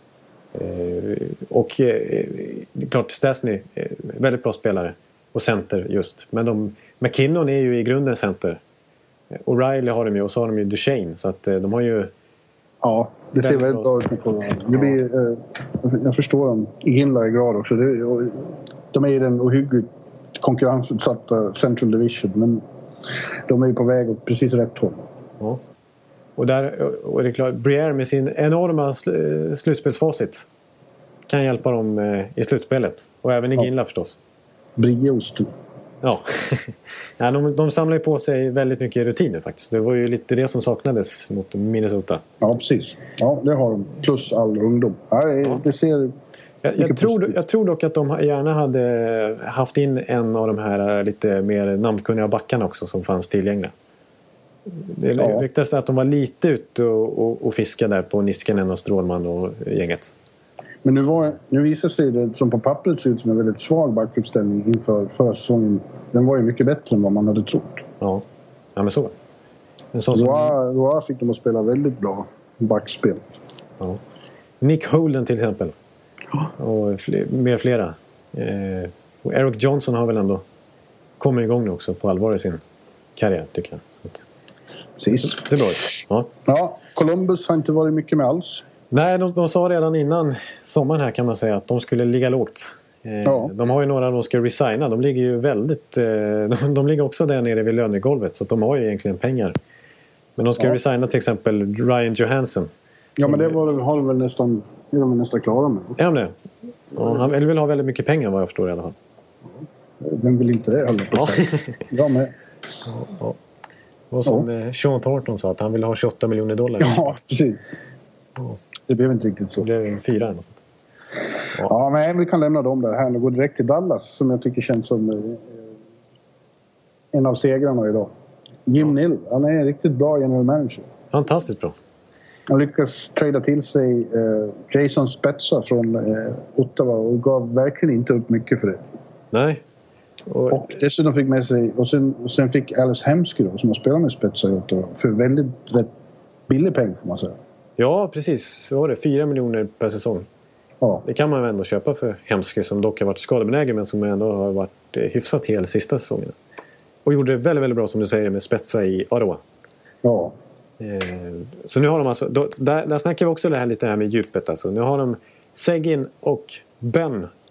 och det är klart, Stastny är väldigt bra spelare och center just. Men de, McKinnon är ju i grunden center. O'Reilly har de ju, och så har de ju Duchene. Så att de har ju... Ja, det ser väldigt bra ut. Det blir, eh, jag förstår dem. Ginla är glad också. Det, och, de är i den ohyggligt konkurrensutsatta Central Division. Men de är ju på väg åt precis rätt håll. Ja. Och, där, och det är klart, Briere med sin enorma sl- slutspelsfacit kan hjälpa dem eh, i slutspelet. Och även i Ginla ja. förstås. Brieosten. Ja, ja de, de samlar ju på sig väldigt mycket rutiner faktiskt. Det var ju lite det som saknades mot Minnesota. Ja, precis. Ja, det har de. Plus all ungdom. Ja, det, det ser... Jag, jag, tror, jag tror dock att de gärna hade haft in en av de här lite mer namnkunniga backarna också som fanns tillgängliga. Det ja. ryktas att de var lite ute och, och, och fiskade där på Niskanen och Strålman och gänget. Men nu, var, nu visar sig det som på pappret ser ut som en väldigt svag backuppställning inför förra säsongen. Den var ju mycket bättre än vad man hade trott. Ja, ja men så. En sån som... Roa, Roa fick de att spela väldigt bra backspel. Ja. Nick Holden till exempel. Och fler, mer flera. Eh, och Eric Johnson har väl ändå kommit igång nu också på allvar i sin karriär, tycker jag. Precis. Det är bra. Ja. Ja, Columbus har inte varit mycket med alls. Nej, de, de sa redan innan sommaren här kan man säga att de skulle ligga lågt. Eh, ja. De har ju några de ska resigna. De ligger ju väldigt... Eh, de, de ligger också där nere vid lönegolvet, så att de har ju egentligen pengar. Men de ska ja. resigna till exempel Ryan Johansson. Ja, men det var, har de väl nästan, är de nästan klara med. Är de det? Ja, han vill ha väldigt mycket pengar vad jag förstår i alla fall. Vem vill inte det? Ja. Jag med. Ja, ja. Och som ja. Sean Thornton sa, att han ville ha tjugoåtta miljoner dollar. Ja, precis. Ja. Det blev inte riktigt så. Det blev fyra eller något sånt. Ja. ja, men vi kan lämna dem där här och gå direkt till Dallas, som jag tycker känns som eh, en av segrarna idag. Jim ja. Nill, han är en riktigt bra general manager. Fantastiskt bra. Han lyckas trada till sig eh, Jason Spezza från eh, Ottawa och gav verkligen inte upp mycket för det. Nej. Och, och dessutom fick med sig, och sen, och sen fick Alice Hemsky då, som har spelat med Spezza i Ottawa, för väldigt rätt billig peng får man säga. Ja, precis. Så var det. Fyra miljoner per säsong. Ja. Det kan man ändå köpa för Hemsky, som dock har varit skadebenägen men som ändå har varit hyfsat hel sista säsongen. Och gjorde det väldigt, väldigt bra som du säger med Spezza i Ottawa. Ja. Så nu har de alltså, då, där, där snackar vi också det här lite här med djupet alltså. Nu har de Seguin och Ben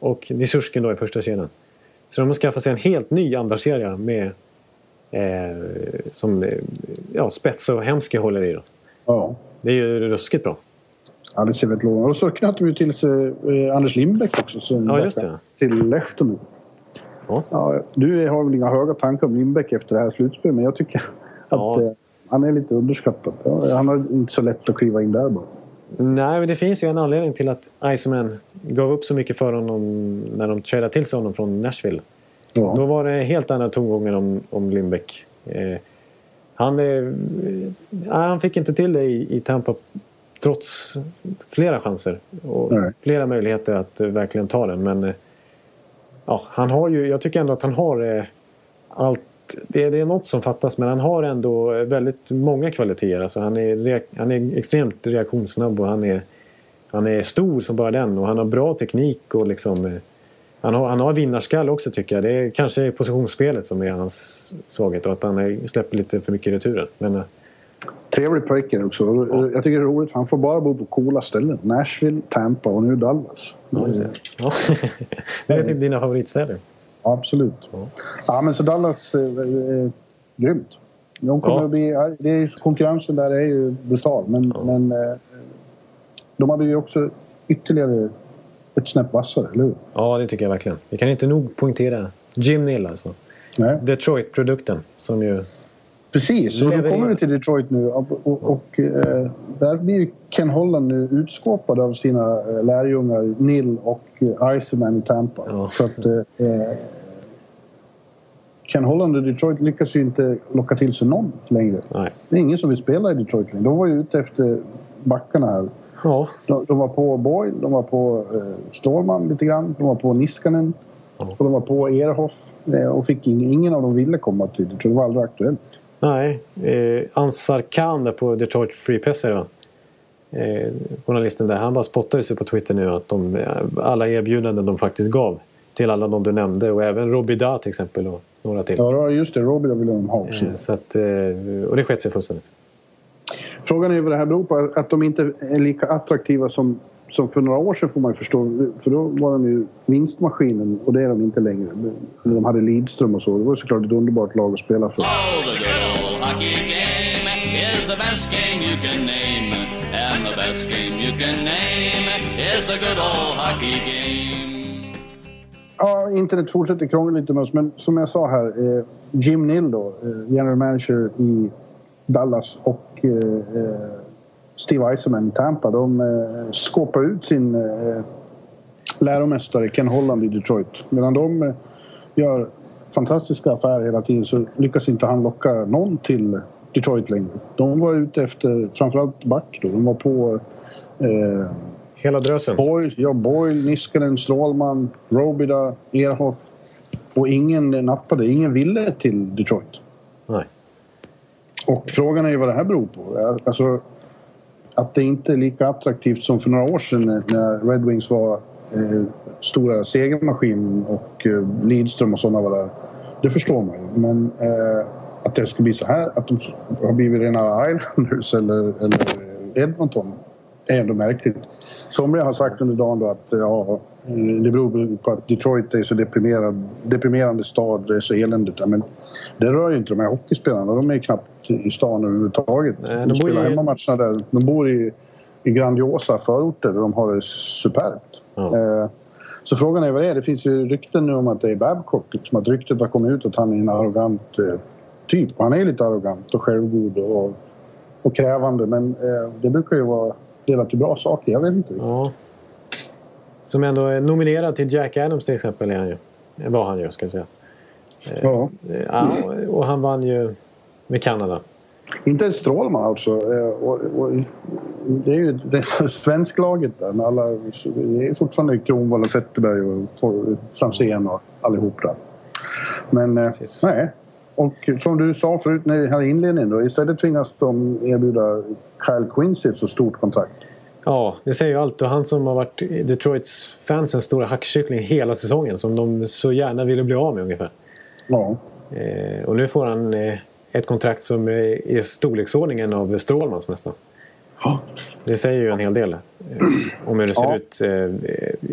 och Nisurskin då i första kedjan. Så de har skaffat sig en helt ny andra kedja med eh, som ja, Spets och Hemske håller i då. Ja. Det är ju ruskigt bra. Ja, det ser väldigt lovande. Och så knöt vi till sig eh, Anders Lindbäck också. Som ja, just det. Till Lehto nu. Ja. Ja, du har väl inga höga tankar om Lindbäck efter det här slutspelet, men jag tycker att ja. eh, han är lite underskattad. Ja, han har inte så lätt att kliva in där bara. Nej, men det finns ju en anledning till att Iceman gav upp så mycket för honom när de tradade till sig honom från Nashville. Ja. Då var det helt andra tongångar om, om Lindbäck. Eh, han, eh, han fick inte till det i, i Tampa trots flera chanser och Nej. flera möjligheter att eh, verkligen ta den. Men eh, ja, han har ju, jag tycker ändå att han har eh, allt. Det är, det är något som fattas, men han har ändå väldigt många kvaliteter. Alltså han, är, han är extremt reaktionssnabb och han är, han är stor som bara den. Och han har bra teknik och liksom, han har, han har vinnarskall också tycker jag. Det är kanske positionsspelet som är hans svaghet och att han är, släpper lite för mycket i returen. Men, trevlig pojke också. Ja. Jag tycker det är roligt. Han får bara bo på coola ställen. Nashville, Tampa och nu Dallas. Ja, det, ja. Det är typ dina favoritstäder. Absolut. Ja. Ja, men så Dallas är eh, grymt. De kommer ja. att bli, det är, konkurrensen där är ju brutal. Men, ja. men eh, de hade ju också ytterligare ett snäpp vassare, eller hur? Ja, det tycker jag verkligen. Vi kan inte nog poängtera Jim Nill alltså. Nej. Detroit-produkten som ju... Precis, och då kommer vi till Detroit nu och, och, och eh, där blir Ken Holland nu utskåpad av sina eh, lärjungar Nill och eh, Iceman i Tampa. Ja. Så att eh, Ken Holland och Detroit lyckas ju inte locka till sig någon längre. Nej. Det är ingen som vill spela i Detroit längre. De var ju ute efter backarna här. Ja. De, de var på Boyle, de var på eh, Stålman lite grann, de var på Niskanen ja. och de var på Ehrhoff eh, och fick ing, ingen av dem ville komma till Detroit. Det var aldrig aktuellt. Nej, eh, Ansar Khan där på Detroit Free Press va? Eh, journalisten där, han bara spottade sig på Twitter nu att de, alla erbjudanden de faktiskt gav till alla de du nämnde och även Robbie Da till exempel och några till. Ja, just det. Robbie Da ville de ha också. Eh, så att, eh, och det skett sig fullständigt. Frågan är vad det här beror på. Att de inte är lika attraktiva som, som för några år sedan får man ju förstå. För då var de ju vinstmaskinen och det är de inte längre. När de hade Lidström och så. Det var såklart ett underbart lag att spela för. Oh, the good old hockey game is the best game you can name. And the best game you can name is the good old hockey game. Ja, internet fortsätter krångla lite med oss. Men som jag sa här, eh, Jim Nill då, eh, general manager i Dallas och eh, Steve Eisenman i Tampa, de eh, skåpar ut sin eh, läromästare Ken Holland i Detroit. Medan de eh, gör fantastiska affärer hela tiden så lyckas inte han locka någon till Detroit längre. De var ute efter framförallt back då. De var på eh, hela drösen. Boyle, ja, Boyle, Niskanen, Strålman, Robida, Ehrhoff och ingen nappade, ingen ville till Detroit. Nej. Och frågan är ju vad det här beror på. Alltså, att det inte är lika attraktivt som för några år sedan när Red Wings var eh, stora segermaskin och eh, Lidström och sådana var där. Det förstår man ju. Men eh, att det ska bli så här, att de har blivit rena Islanders eller, eller Edmonton är ändå märkligt. Somliga har sagt under dagen då att ja, det beror på att Detroit är så deprimerad, deprimerande stad, det är så eländigt. Men det rör ju inte de här hockeyspelarna. De är knappt i stan överhuvudtaget. Nej, de, de spelar i... hemmamatcherna där. De bor i, i grandiosa förorter där de har det superbt. Ja. Eh, så frågan är vad det är. Det finns ju rykten nu om att det är Babcock. Liksom att ryktet har kommit ut att han är en arrogant eh, typ. Han är lite arrogant och självgod och, och krävande. Men eh, det brukar ju vara delat till bra saker. Jag vet inte. Ja. Som ändå är nominerad till Jack Adams till exempel är han ju. Var han ju, ska jag säga. Ja. Ja, och han vann ju med Kanada. Inte ett Strålman alltså. Och, och, det är ju det är svensklaget där. Med alla, det är fortfarande Kronwall och Zetterberg och Franzén och allihop där. Men Precis. nej. Och som du sa förut när vi hade inledningen då. Istället tvingas de erbjuda Kyle Quincy ett så stort kontrakt. Ja, det säger ju allt. Och han som har varit Detroits fansens stora hackkyckling hela säsongen. Som de så gärna ville bli av med ungefär. Ja. Eh, och nu får han eh, ett kontrakt som är i storleksordningen av Strålmans nästan. Ja. Det säger ju en hel del. Eh, om hur det ser ja. ut. Eh,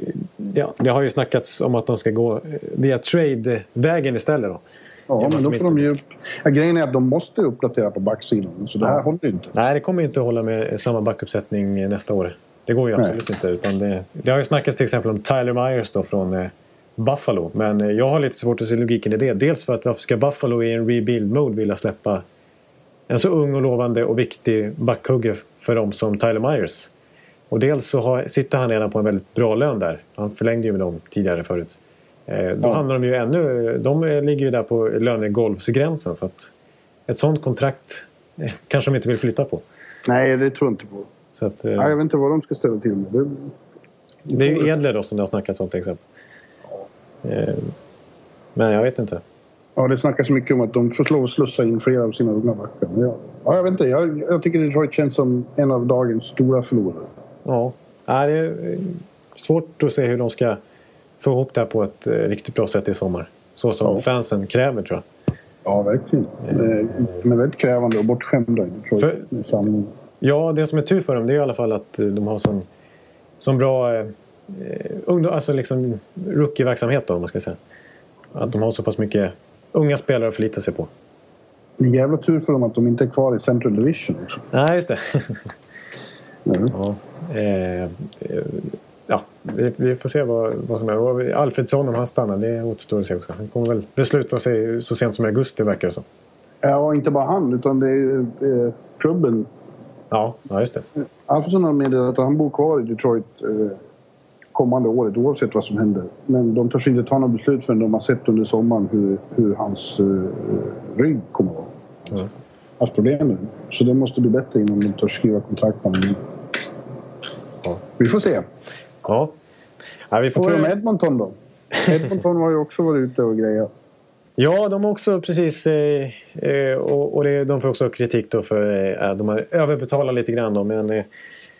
ja, det har ju snackats om att de ska gå via trade-vägen istället då. Ja, men då får de ju upp... Ja, grejen är att de måste uppdatera på backsidan. Så det här ja. håller ju inte. Nej, det kommer ju inte att hålla med samma backuppsättning nästa år. Det går ju absolut Nej. inte. Utan det, det har ju snackats till exempel om Tyler Myers då från eh, Buffalo. Men eh, jag har lite svårt att se logiken i det. Dels för att varför ska Buffalo i en rebuild-mode vilja släppa en så ung och lovande och viktig backhugger för dem som Tyler Myers. Och dels så har, sitter han redan på en väldigt bra lön där. Han förlängde ju med dem tidigare förut. Eh, då ja. hamnar de ju ännu... De ligger ju där på lönegolvsgränsen. Så att ett sånt kontrakt eh, kanske de inte vill flytta på. Nej, det tror jag inte på. Så att, eh, ja, jag vet inte vad de ska ställa till med. Det, det, det är ju Edler då som det har snackat om till exempel. Eh, men jag vet inte. Ja, det snackas så mycket om att de får slå och slussa in flera av sina unga backar. Men jag, ja, jag vet inte. Jag, jag tycker Detroit känns som en av dagens stora förlorare. Ja, det är svårt att se hur de ska få ihop det här på ett riktigt bra sätt i sommar. Så som ja. fansen kräver, tror jag. Ja, verkligen. Mm. De är väldigt krävande och bortskämda i Detroit. För, ja, det som är tur för dem det är i alla fall att de har sån, sån bra eh, ungdom, alltså liksom rookie-verksamhet då, om man ska säga. Att de har så pass mycket unga spelare att förlita sig på. Det är jävla tur för dem att de inte är kvar i Central Division också. Nej, just det. Mm. Ja, eh, ja vi, vi får se vad, vad som är. Alfredsson, om han stannar, det återstår att se också. Han kommer väl besluta sig så sent som i augusti, verkar det så. Ja, inte bara han, utan det är eh, klubben. Ja, ja, just det. Alfredsson har meddelat att han bor kvar i Detroit eh, kommande året, oavsett vad som händer. Men de törs inte ta något beslut förrän de har sett under sommaren hur, hur hans eh, rygg kommer att vara. Mm. Hans problem. Så det måste bli bättre innan de törs skriva kontrakt med honom. Ja. Vi får se. Ja. Ja, vi får... Vad tror du om Edmonton då? Edmonton har ju också varit ute och grejer. Ja, de har också precis eh, eh, och, och det, de får också kritik då för att eh, de har överbetalat lite grann då, men eh,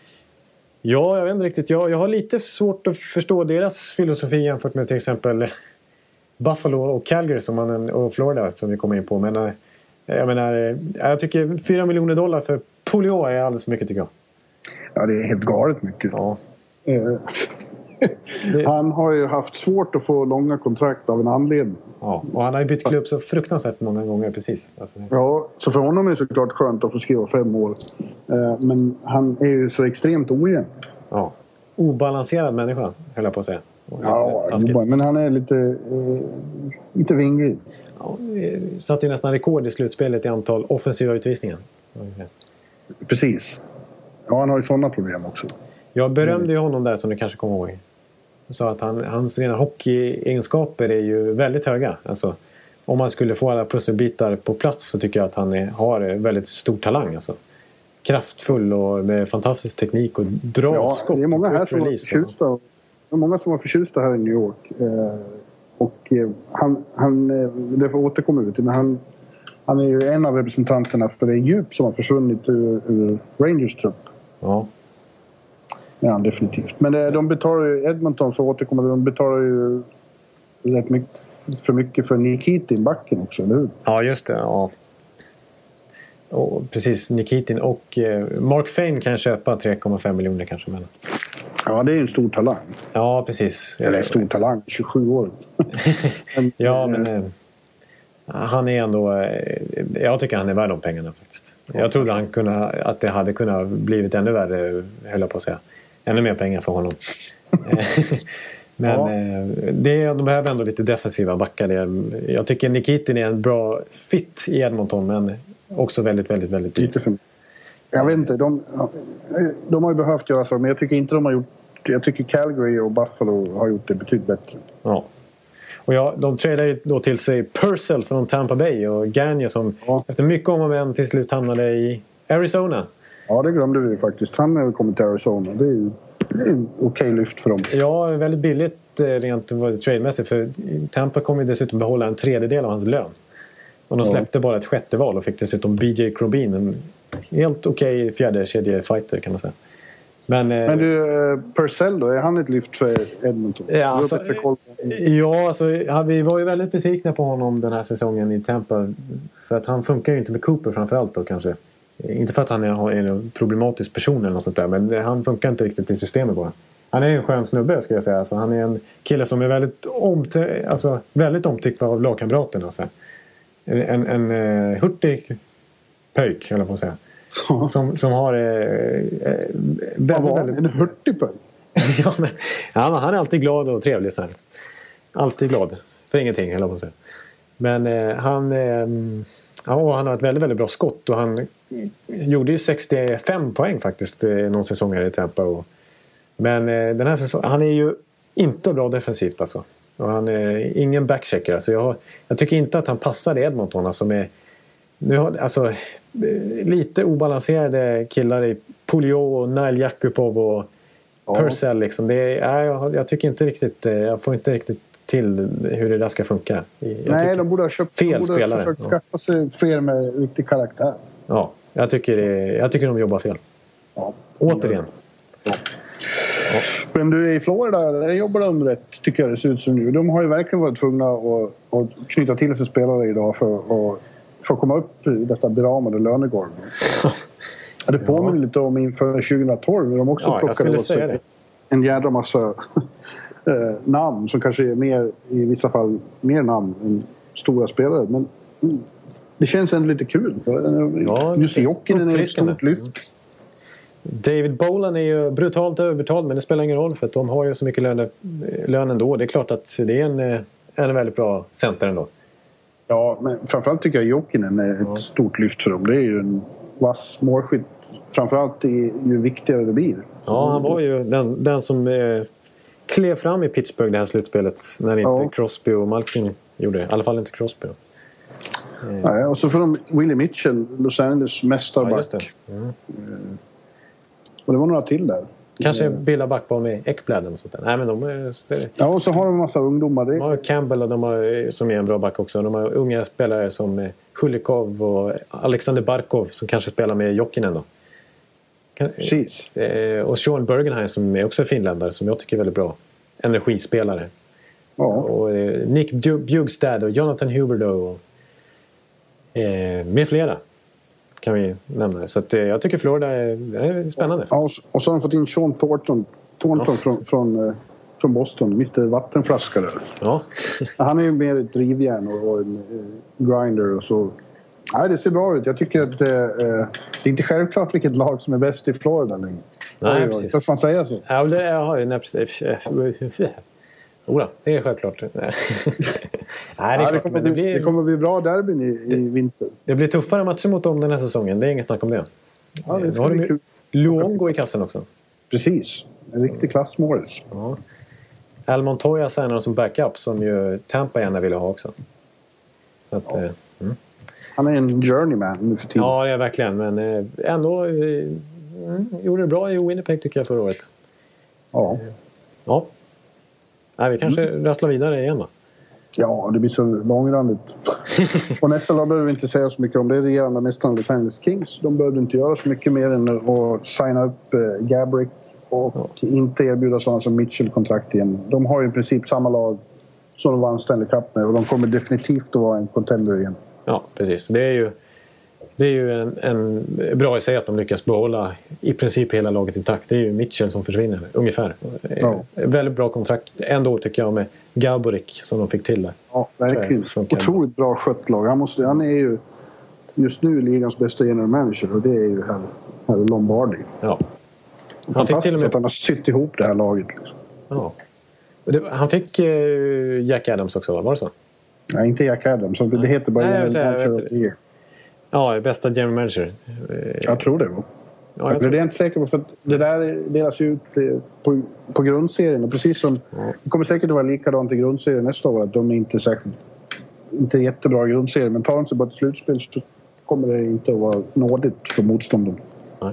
ja, jag vet inte riktigt. Jag, jag har lite svårt att förstå deras filosofi jämfört med till exempel Buffalo och Calgary som man, och Florida som vi kommer in på, men eh, jag menar, jag tycker fyra miljoner dollar för Polio är alldeles mycket, tycker jag. Ja, det är helt galet mycket. Ja. Eh, han har ju haft svårt att få långa kontrakt av en anledning. Ja, och han har ju bytt klubb så fruktansvärt många gånger, precis. Alltså, ja, så för honom är det såklart skönt att få skriva fem år. Eh, men han är ju så extremt ojämn. Ja, obalanserad människa, höll jag på att säga. Ja, men han är lite, eh, lite vinglig. Ja, satt ju nästan rekord i slutspelet i antal offensiva utvisningar. Precis. Ja, han har ju sådana problem också. Jag berömde ju honom där, som du kanske kommer ihåg. Så att han, hans rena hockeyegenskaper är ju väldigt höga. Alltså, om man skulle få alla pusselbitar på plats så tycker jag att han är, har väldigt stor talang. Alltså. Kraftfull och med fantastisk teknik och bra ja, skott. Det är många här som var förtjusta. Det är många som var förtjusta här i New York. Eh, och eh, han, han eh, det får återkomma ut. Men han, han är ju en av representanterna för det djup som har försvunnit ur, ur Rangers trupp. Ja. Ja, definitivt. Men eh, de betalar ju, Edmonton för att återkomma, de betalar ju rätt mycket, för mycket för Nikitin backen också, eller hur? Ja, just det. Ja. Och precis, Nikitin och eh, Mark Fane kan köpa tre komma fem miljoner kanske. Men... Ja, det är en stor talang. Ja, precis. Eller en stor talang, tjugosju år. men, ja, men eh, han är ändå... Eh, jag tycker han är värd de pengarna faktiskt. Jag trodde han kunde, att det hade kunnat blivit ännu värre, höll jag på att säga. Ännu mer pengar för honom. Men ja. det, de behöver ändå lite defensiva backar. Jag tycker Nikitin är en bra fit i Edmonton, men också väldigt, väldigt, väldigt dyrt. Lite för... Jag vet inte, de, de har ju behövt göra så, men jag tycker inte de har gjort... Jag tycker Calgary och Buffalo har gjort det betydligt bättre. Ja. Och ja, de tradar ju då till sig Purcell från Tampa Bay och Gagne som ja. efter mycket om och men till slut hamnade i Arizona. Ja, det glömde vi faktiskt. Han har kommit till Arizona. Det är ju en okej lyft för dem. Ja, väldigt billigt rent trademässigt. För Tampa kommer ju dessutom behålla en tredjedel av hans lön. Och de släppte ja. bara ett sjätte val och fick dessutom B J Crobin. En helt okej fjärde kedjefighter kan man säga. Men, Men du, Purcell då? Är han ett lyft för Edmonton? Ja, alltså, ja alltså, vi var ju väldigt besvikna på honom den här säsongen i Tampa. För att han funkar ju inte med Cooper framförallt då kanske. Inte för att han är en problematisk person eller något sånt där, men han funkar inte riktigt i systemet bara. han är en skön snubbe ska jag säga. Alltså, han är en kille som är väldigt, omty- alltså, väldigt omtyckt av lagkamraterna. Alltså. En, en, en uh, hurtig pöjk, eller på att säga. Som, som har uh, väldigt, ja, väldigt... en hurtig pöjk. ja, men, ja, men han är alltid glad och trevlig. Så här. Alltid glad. För ingenting, eller på att säga. Men uh, han... Uh, ja, han har ett väldigt, väldigt bra skott. Och han gjorde ju sextiofem poäng faktiskt någon säsong här i Tampa. Och, men eh, den här säsongen, han är ju inte bra defensivt alltså. Och han är ingen backchecker. Alltså jag, har, jag tycker inte att han passar i Edmonton. Alltså med, nu har, alltså, lite obalanserade killar i Pouliot och Nail Jakubov och ja. Purcell. Liksom. Det är, jag, jag tycker inte riktigt, jag får inte riktigt till hur det där ska funka. Jag Nej, de borde ha köpt fel de borde spelare. Ha försökt skaffa sig fler med riktig karaktär. Ja, jag tycker, det, jag tycker de jobbar fel. Ja. Återigen. Ja. Ja. Men du är i Florida, där jobbar de rätt tycker jag det ser ut som nu. De har ju verkligen varit tvungna att, att knyta till sig spelare idag för att, för att komma upp i detta beramade lönegolv. Ja, det påminner ja. lite om inför tjugohundratolv när de också ja, plockade åt sig en jädra massa eh, namn som kanske är mer, i vissa fall mer namn än stora spelare. Men mm, det känns ändå lite kul. Ja, just Jokinen är ett stort lyft. David Bolan är ju brutalt överbetald, men det spelar ingen roll för att de har ju så mycket lön, lön ändå. Det är klart att det är en, en väldigt bra center ändå. Ja, men framförallt tycker jag Jokinen är ett ja. stort lyft för dem. Det är ju en vass målskytt. Framförallt är ju viktigare det blir. Ja, han var ju den, den som eh, klev fram i Pittsburgh det här slutspelet när inte ja. Crosby och Malkin gjorde det. I alla fall inte Crosby. Eh. Nej, och så får de Willie Mitchell, Los Angeles mästarback. Ja, just det. Mm. Eh. Och det var några till där. Kanske mm. Billa Backbaum med Ekbladen och sånt där. Nej, men de är... Ja, och så har de en massa ungdomar. Det... De har Campbell och de har, som är en bra back också. De har unga spelare som Kulikov och Alexander Barkov som kanske spelar med Jokinen då. Precis. Och Sean Bergenheim som är också finländare som jag tycker är väldigt bra. Energispelare. Ja. Och Nick Bjugstad och Jonathan Huberdeau och eh, med flera. Kan vi nämna. Så att, eh, jag tycker Florida är, är spännande. Ja, och, och så har de fått in Sean Thornton, Thornton ja. från, från, eh, från Boston. mister Vattenflaska där. Ja. Han är ju mer ett drivjärn och, och en eh, grinder och så. Nej, det ser bra ut. Jag tycker att eh, det är inte självklart vilket lag som är bäst i Florida längre. Nej, precis. Får man säga så? Ja, det har ju precis. Ola, det är självklart. Nej, det, är ja, klart, det, kommer bli, det, blir, det kommer bli bra derbyn i, det, i vinter. Det blir tuffare matcher mot dem den här säsongen. Det är inget snack om det. Ja, det nu har de Luongo i kassen också. Precis. En riktig klassmålis. Ja. Al Montoya signar som backup som ju Tampa gärna ville ha också. Så att, ja. eh, mm. Han är en journeyman nu för tiden. Ja, det är verkligen. Men eh, ändå eh, mm, gjorde det bra i Winnipeg tycker jag förra året. Ja. Ja. Nej, vi kanske mm. rasslar vidare igen va? Ja, det blir så långrandigt. Och nästa lag behöver vi inte säga så mycket om. Det är regerande mästaren Los Angeles Kings. De behövde inte göra så mycket mer än att signa upp eh, Gabrick och ja. inte erbjuda sådana som Mitchell-kontrakt igen. De har ju i princip samma lag som de vann Stanley Cup med och de kommer definitivt att vara en contender igen. Ja, precis. Det är ju, det är ju en, en bra i sig att de lyckas behålla i princip hela laget intakt. Det är ju Mitchell som försvinner, ungefär. Ja. Väldigt bra kontrakt ändå tycker jag med Gaborik som de fick till där. Ja, verkligen. Otroligt bra skött lag. Han, måste, han är ju just nu ligans bästa general manager och det är ju här, här Lombardi. Ja. Han fick till och med att han har sytt ihop det här laget. Liksom. Ja. Han fick uh, Jack Adams också, var det så? Nej, inte Jack Adams. Det heter bara general manager of the year. Ja, bästa general manager. Jag tror det var. Ja, jag tror... Det är jag inte säker på för att det där delas ut på, på grundserien och precis som ja. Det kommer säkert att vara likadant i grundserien nästa år att de är inte särskilt inte jättebra i grundserien men tar de sig bara till slutspel så kommer det inte att vara nådigt för motstånden. Nej,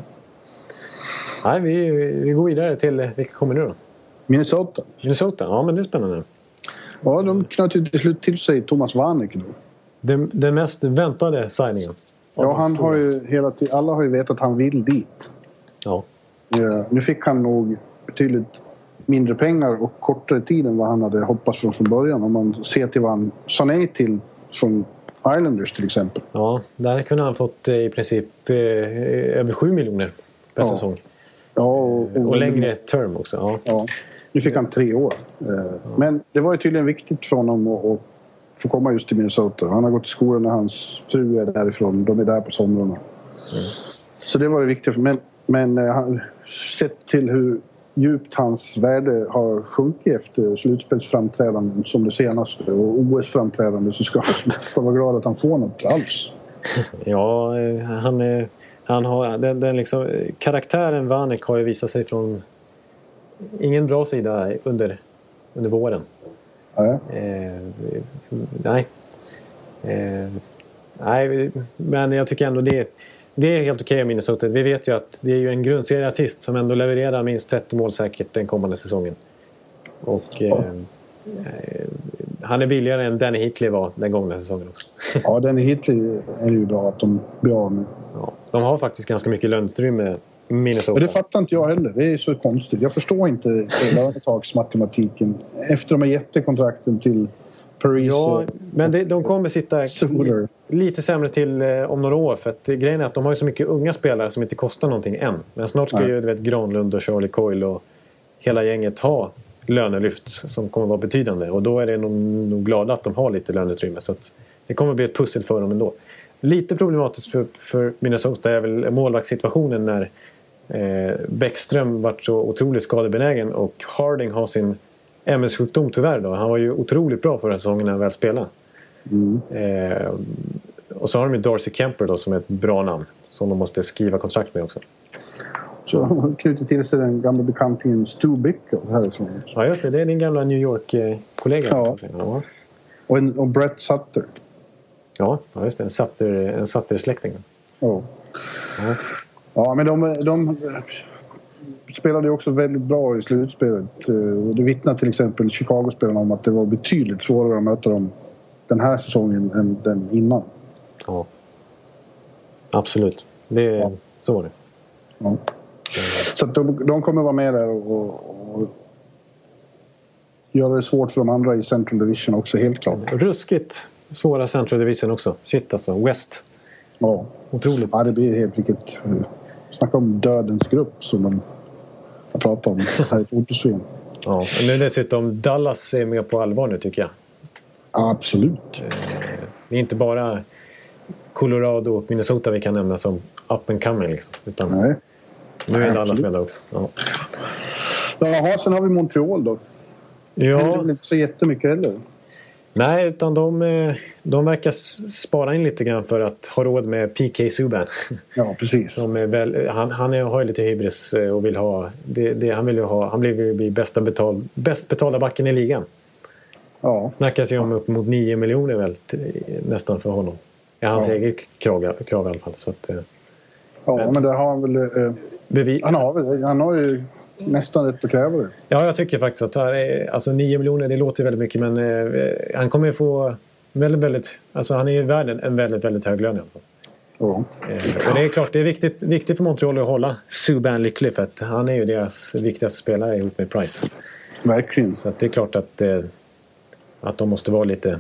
Nej vi, vi går vidare till vilka kommer nu då? Minnesota. Minnesota, ja men det är spännande. Ja, de knöt ju till slut till sig Thomas Vanek då. Den, den mest väntade signingen. Ja, han har ju hela tiden, alla har ju vetat att han vill dit. Ja. Ja. Nu fick han nog betydligt mindre pengar och kortare tid än vad han hade hoppats från från början. Om man ser till vad han sa nej till från Islanders till exempel. Ja, där kunde han fått eh, i princip eh, över sju miljoner per ja. säsong. Ja, och, och, och längre term också. Ja. Ja, nu fick han tre år. Ja. Men det var ju tydligen viktigt för honom att, att få komma just till Minnesota. Han har gått i skolan när hans fru är därifrån. De är där på somrarna. Mm. Så det var ju viktigt. Men, men han, sett till hur djupt hans värde har sjunkit efter slutspelsframträdanden som det senaste och O S-framträdande, så ska han nästan vara glad att han får något alls. Ja, han, han har den, den liksom, karaktären Vanek har ju visat sig från ingen bra sida under, under våren. Ja. Eh, nej. Eh, nej, men jag tycker ändå det, det är helt okej av Minnesota. Vi vet ju att det är ju en grundserieartist som ändå levererar minst trettio mål säkert den kommande säsongen. Och ja. eh, eh, han är billigare än Danny Hitley var den gångna säsongen också. Ja, Danny Hitley är ju bra att de blir av med. Ja, de har faktiskt ganska mycket löneutrymme Minnesota. Det fattar inte jag heller. Det är så konstigt. Jag förstår inte lönetagsmatematiken. Efter de här jättekontrakten till Paris. Ja, men det, de kommer sitta Soler. lite sämre till eh, om några år. För att grejen är att de har ju så mycket unga spelare som inte kostar någonting än. Men snart ska Nej. ju du vet, Granlund och Charlie Coyle och hela gänget ha lönelyft som kommer vara betydande. Och då är det nog, nog glada att de har lite löneutrymme. Så att det kommer bli ett pussel för dem ändå. Lite problematiskt för, för Minnesota är väl målvaktssituationen när eh, Bäckström varit så otroligt skadebenägen och Harding har sin M S-sjukdom tyvärr då. Han var ju otroligt bra förra säsongen när han väl spelade. Mm. Eh, och så har de ju Darcy Kemper då som är ett bra namn som de måste skriva kontrakt med också. Så han knuter till sig den gamla bekantingen Stu Bickle härifrån. Ja just det, det är din gamla New York-kollega. Ja. Ja. Och, en, och Brett Sutter. Ja, just det. En Sutter, en Sutter-släkting. Ja. Ja. Ja, men de, de spelade ju också väldigt bra i slutspelet. Det vittnar till exempel Chicago-spelarna om att det var betydligt svårare att möta dem den här säsongen än den innan. Ja. Absolut. Det, ja. Så var det. Ja. Så att de, de kommer vara med där och, och, och göra det svårt för de andra i Central Division också, helt klart. Ruskigt svåra Central Division också. Shit alltså, West. Ja. Otroligt. Ja, det blir helt vilket... Snacka om dödens grupp som de har pratat om här i fotbollsserien. Ja, men nu dessutom Dallas är med på allvar nu tycker jag. Ja, absolut. Det är inte bara Colorado och Minnesota vi kan nämna som up and coming liksom. Utan Nej. Nu är Dallas med också. Ja. Jaha, sen har vi Montreal då. Ja. Det är inte så jättemycket heller. Nej, utan de, de verkar spara in lite grann för att ha råd med P K Subban. Ja, precis. Som är väl, han han är, har ju lite hybris och vill ha... Det, det, han vill ju ha... Han vill ju bli bästa betal, bäst betalda backen i ligan. Ja. Snackas ju om upp mot nio miljoner väl nästan för honom. Det är hans ja. eget krav, krav i alla fall. Så att, ja, men, men det har han väl... Eh, bevi- han, har väl han har ju nästan rätt att kräva det. Ja, jag tycker faktiskt att alltså, nio miljoner, det låter väldigt mycket. Men eh, han kommer få väldigt, väldigt... Alltså han är ju världen en väldigt, väldigt hög lön i alla fall. Ja. Eh, och det är klart, det är viktigt, viktigt för Montreal att hålla Subban lycklig. För att han är ju deras viktigaste spelare ihop med Price. Verkligen. Så att det är klart att, eh, att de måste vara lite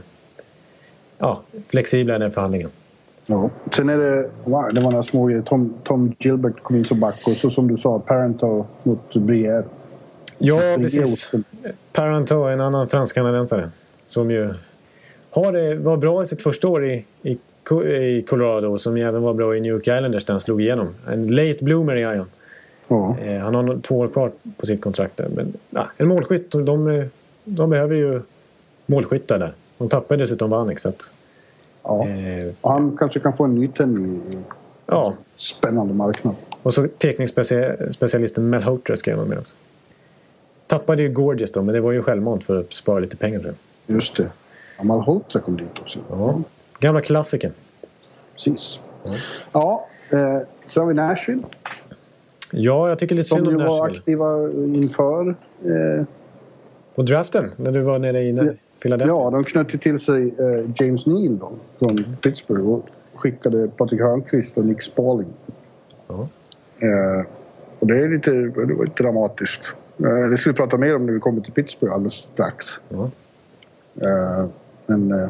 ja, flexibla i den förhandlingen. Ja. Sen är det, wow, det var några små Tom, Tom Gilbert kom in som back och så som du sa, Parenteau mot Brière. Ja, precis. Parenteau är en annan fransk-kanadensare som ju har det, var bra i sitt första år i, i, i Colorado, som även var bra i New York Islanders där han slog igenom. En late bloomer i Ion. Ja. Eh, han har två år kvar på sitt kontrakt. Men ja, en målskytt, de, de behöver ju målskyttar där. De tappar dessutom Vanek, så att ja. Eh, han kanske kan få en nytändning i ja. spännande marknad. Och så teknikspecialisten Mel Hoter skrev man med också. Tappade ju Gorgeous då, men det var ju självmant för att spara lite pengar tror jag. Just det. Ja, Mel Hoter kom dit också. Ja. Gamla klassiken. Precis. Ja, ja eh, så har vi Nashville. Ja, jag tycker lite synd om Nashville. Som ju var aktiva inför... Eh, på draften, när du var nere i Philadelphia. Ja, de knöt till sig eh, James Neal då, från Pittsburgh och skickade Patrik Hörnqvist och Nick Spaulding. Ja. Eh, och det är lite, det var lite dramatiskt. Eh, det ska vi prata mer om när vi kommer till Pittsburgh alldeles strax. Ja. Eh, men eh,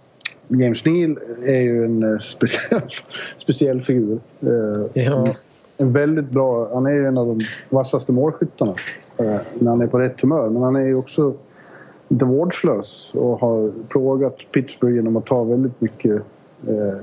James Neal är ju en eh, speciell, speciell figur. Eh, ja. en väldigt bra... Han är ju en av de vassaste målskyttarna eh, när han är på rätt humör. Men han är ju också inte vårdslös och har plågat Pittsburgh genom att ta väldigt mycket eh,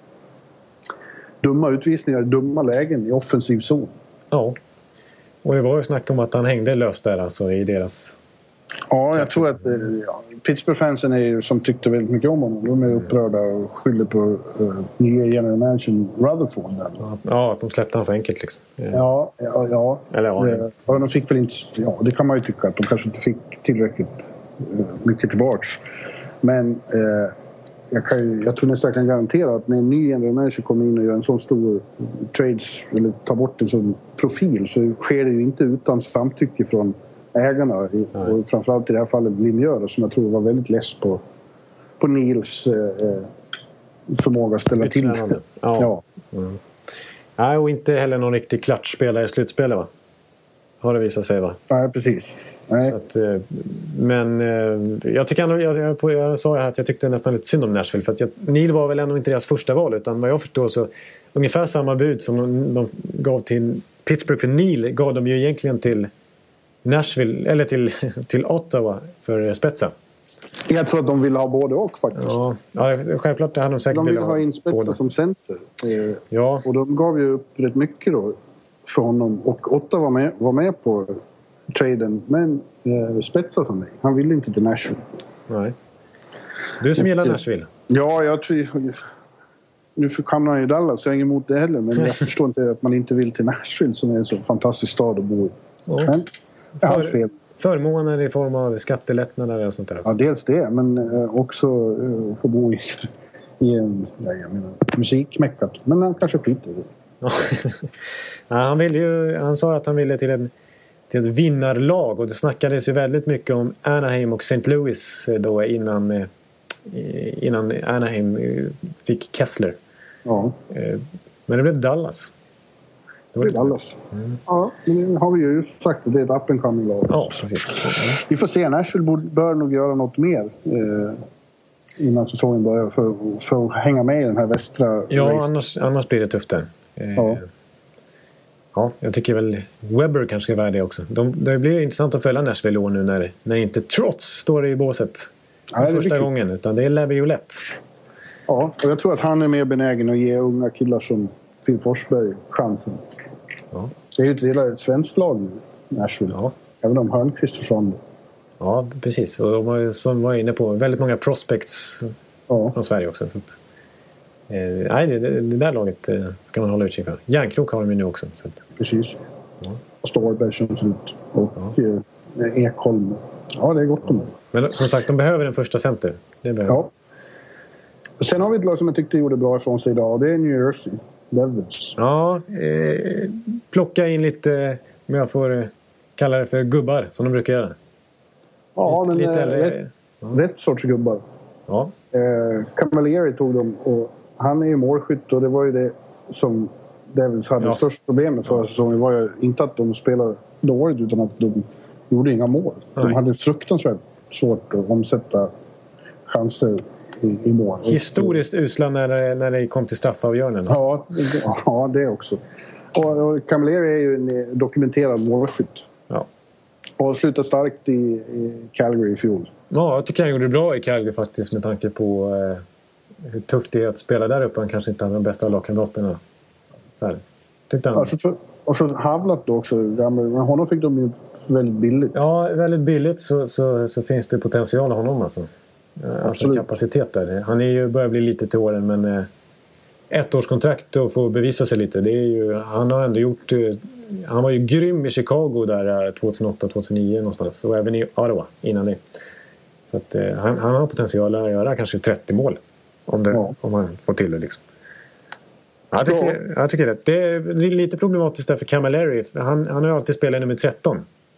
dumma utvisningar, dumma lägen i offensiv zon. Ja. Och det var ju snack om att han hängde löst där alltså i deras... Ja, jag tror att ja, Pittsburgh-fansen är ju som tyckte väldigt mycket om honom. De är upprörda och skyller på uh, nya general manager Rutherford. Där. Ja, att de släppte han för enkelt liksom. Ja, ja, ja. Eller, ja, det, ja, de fick väl inte... Ja, det kan man ju tycka att de kanske inte fick tillräckligt uh, mycket tillbaks. Men uh, jag, kan ju, jag tror nästan jag kan garantera att när en ny general manager kommer in och gör en sån stor trades eller tar bort en sån profil så sker det ju inte utan samtycke från ägarna och framförallt i det här fallet Lemieux som jag tror var väldigt less på, på Nils eh, förmåga att ställa till. Ja. Ja. Mm. Nej, och inte heller någon riktig klatschspelare i slutspelet, va? Har det visat sig, va? Nej, precis. Nej. Så att, men jag tycker ändå, jag, jag, jag sa att jag tyckte nästan lite synd om Nashville för att jag, Neil var väl ändå inte deras första val utan vad jag förstår så ungefär samma bud som de, de gav till Pittsburgh för Neil gav de ju egentligen till Nashville eller till, till Ottawa för Spetsa. Jag tror att de ville ha både och faktiskt. Ja, ja självklart hade de säkert de ville ha, ha in Spetsa båda som center. Eh, ja. Och de gav ju upp rätt mycket då för honom. Och Ottawa var med, var med på traden. Men eh, Spetsa som mig. Han ville inte till Nashville. Nej. Du som och, gillar Nashville. Ja, jag tror... Nu hamnar han i Dallas så jag är emot det heller. Men jag förstår inte att man inte vill till Nashville som är en så fantastisk stad att bo i. Ja. Men jag har fel. Förmåner i form av skattelättnader och sånt där också. Ja, dels det. Men eh, också eh, få bo i, i en ja, jag menar, musikmäckat. Men han kanske skiter i det. Ja, han, ville ju, han sa att han ville till, en, till ett vinnarlag. Och det snackades ju väldigt mycket om Anaheim och Saint Louis då innan, innan Anaheim fick Kessler. Ja. Men det blev Dallas. Det var Dallas. Mm. Ja, men har vi ju sagt att det är ett up and coming lag. Ja, precis. Mm. Vi får se. Nashville bör, bör nog göra något mer eh, innan säsongen börjar för, för att hänga med i den här västra... Ja, annars, annars blir det tufft där. Eh, ja. ja, jag tycker väl Weber kanske är värd det också. De, det blir intressant att följa Nashville år nu när, när inte Trotz står i båset ja, första riktigt. gången. Utan det är Laviolette. Ja, och jag tror att han är mer benägen att ge unga killar som Phil Forsberg chansen. Ja. Det är ju ett hela ett svenskt lag nu, Nashville. Ja. Även om Hörnqvist försvann. Ja, precis. Och de har som var inne på väldigt många prospects ja. från Sverige också. Så att, eh, nej, det, det, det där laget eh, ska man hålla utkik för. Järnkrok har de ju nu också. Så att, precis. Ja. Och Storberg som slut. Och ja. eh, Ekholm. Ja, det är gott om det. Men som sagt, de behöver en första center. Det behöver. Ja. Sen har vi ett lag som jag tyckte gjorde bra ifrån sig idag. Och det är New Jersey. Devils. Ja, eh, plocka in lite, om jag får eh, kalla det för gubbar, som de brukar göra. Ja, lite, men lite, äh, rätt, ja. rätt sorts gubbar. Ja. Eh, Camilleri tog dem och han är ju målskytt och det var ju det som Devils hade ja. störst problem med förra ja. säsongen. Det var ju inte att de spelade dåligt utan att de gjorde inga mål. Nej. De hade fruktansvärt svårt att omsätta chanser i, i mål. Historiskt usla när det, när det kom till straffavgöranden. Ja, ja, det också. Och, och Camilleri är ju en dokumenterad målskytt. Ja. Och slutade starkt i, i Calgary i fjol. Ja, jag tycker han gjorde det bra i Calgary faktiskt med tanke på eh, hur tufft det är att spela där uppe. Han kanske inte hade de bästa lagkamraterna. Så här. Tyckte han. Ja, så, och så Havlat då också. Men honom fick de ju väldigt billigt. Ja, väldigt billigt så, så, så finns det potential av honom alltså. Alltså absolut. Kapacitet där. Han är ju, börjar bli lite till åren men eh, ett års kontrakt och få bevisa sig lite. Det är ju, han har ändå gjort eh, han var ju grym i Chicago där tjugohundraåtta tjugohundranio någonstans och även i Ottawa innan det. Så att eh, han, han har potential att göra kanske trettio mål om, det, ja. om han får till det liksom. Jag tycker, jag tycker det. Det är lite problematiskt där för Camilleri. Han, han har ju alltid spelat nummer tretton.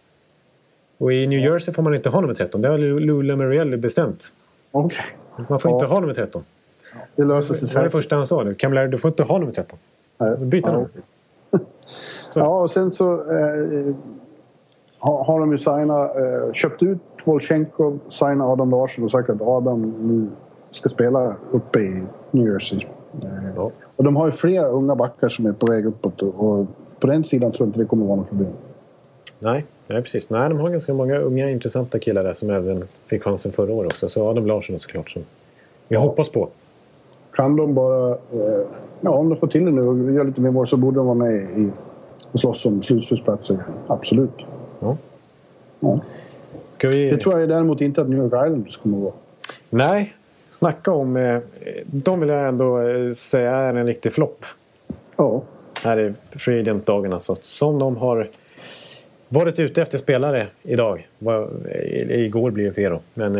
Och i New Jersey får man inte ha nummer tretton. Det har Lou Lamoriello bestämt. Okay. Man får ja. inte ha nummer tretton. Ja, det löser sig. Det var det första han sa nu. Camilleri, du får inte ha nummer tretton. Nej. Byta nummer. Ja, ja, och sen så eh, har, har de ju signat, eh, köpt ut Volchenkov, signat Adam Larsson och sagt att Adam nu ska spela uppe i New Jersey Ja. Och de har ju flera unga backar som är på väg uppåt. Och, och på den sidan tror jag inte det kommer vara något problem. Nej, nej, precis. Nej, de har ganska många unga intressanta killar där som även fick chansen förra året också. Så Adam Larsson såklart som vi hoppas på. Kan de bara... Eh, ja, om de får till det nu och gör lite mer mål så borde de vara med i och slåss om slutspelsplatser. Absolut. Ja. Ja. Ska vi... Det tror jag däremot inte att New York Islanders kommer att vara. Nej, snacka om... Eh, de vill jag ändå eh, säga är en riktig flopp. Ja. Här är free agent-dagen alltså. Som de har varit ute efter spelare idag. Var, igår blev det fel då. Men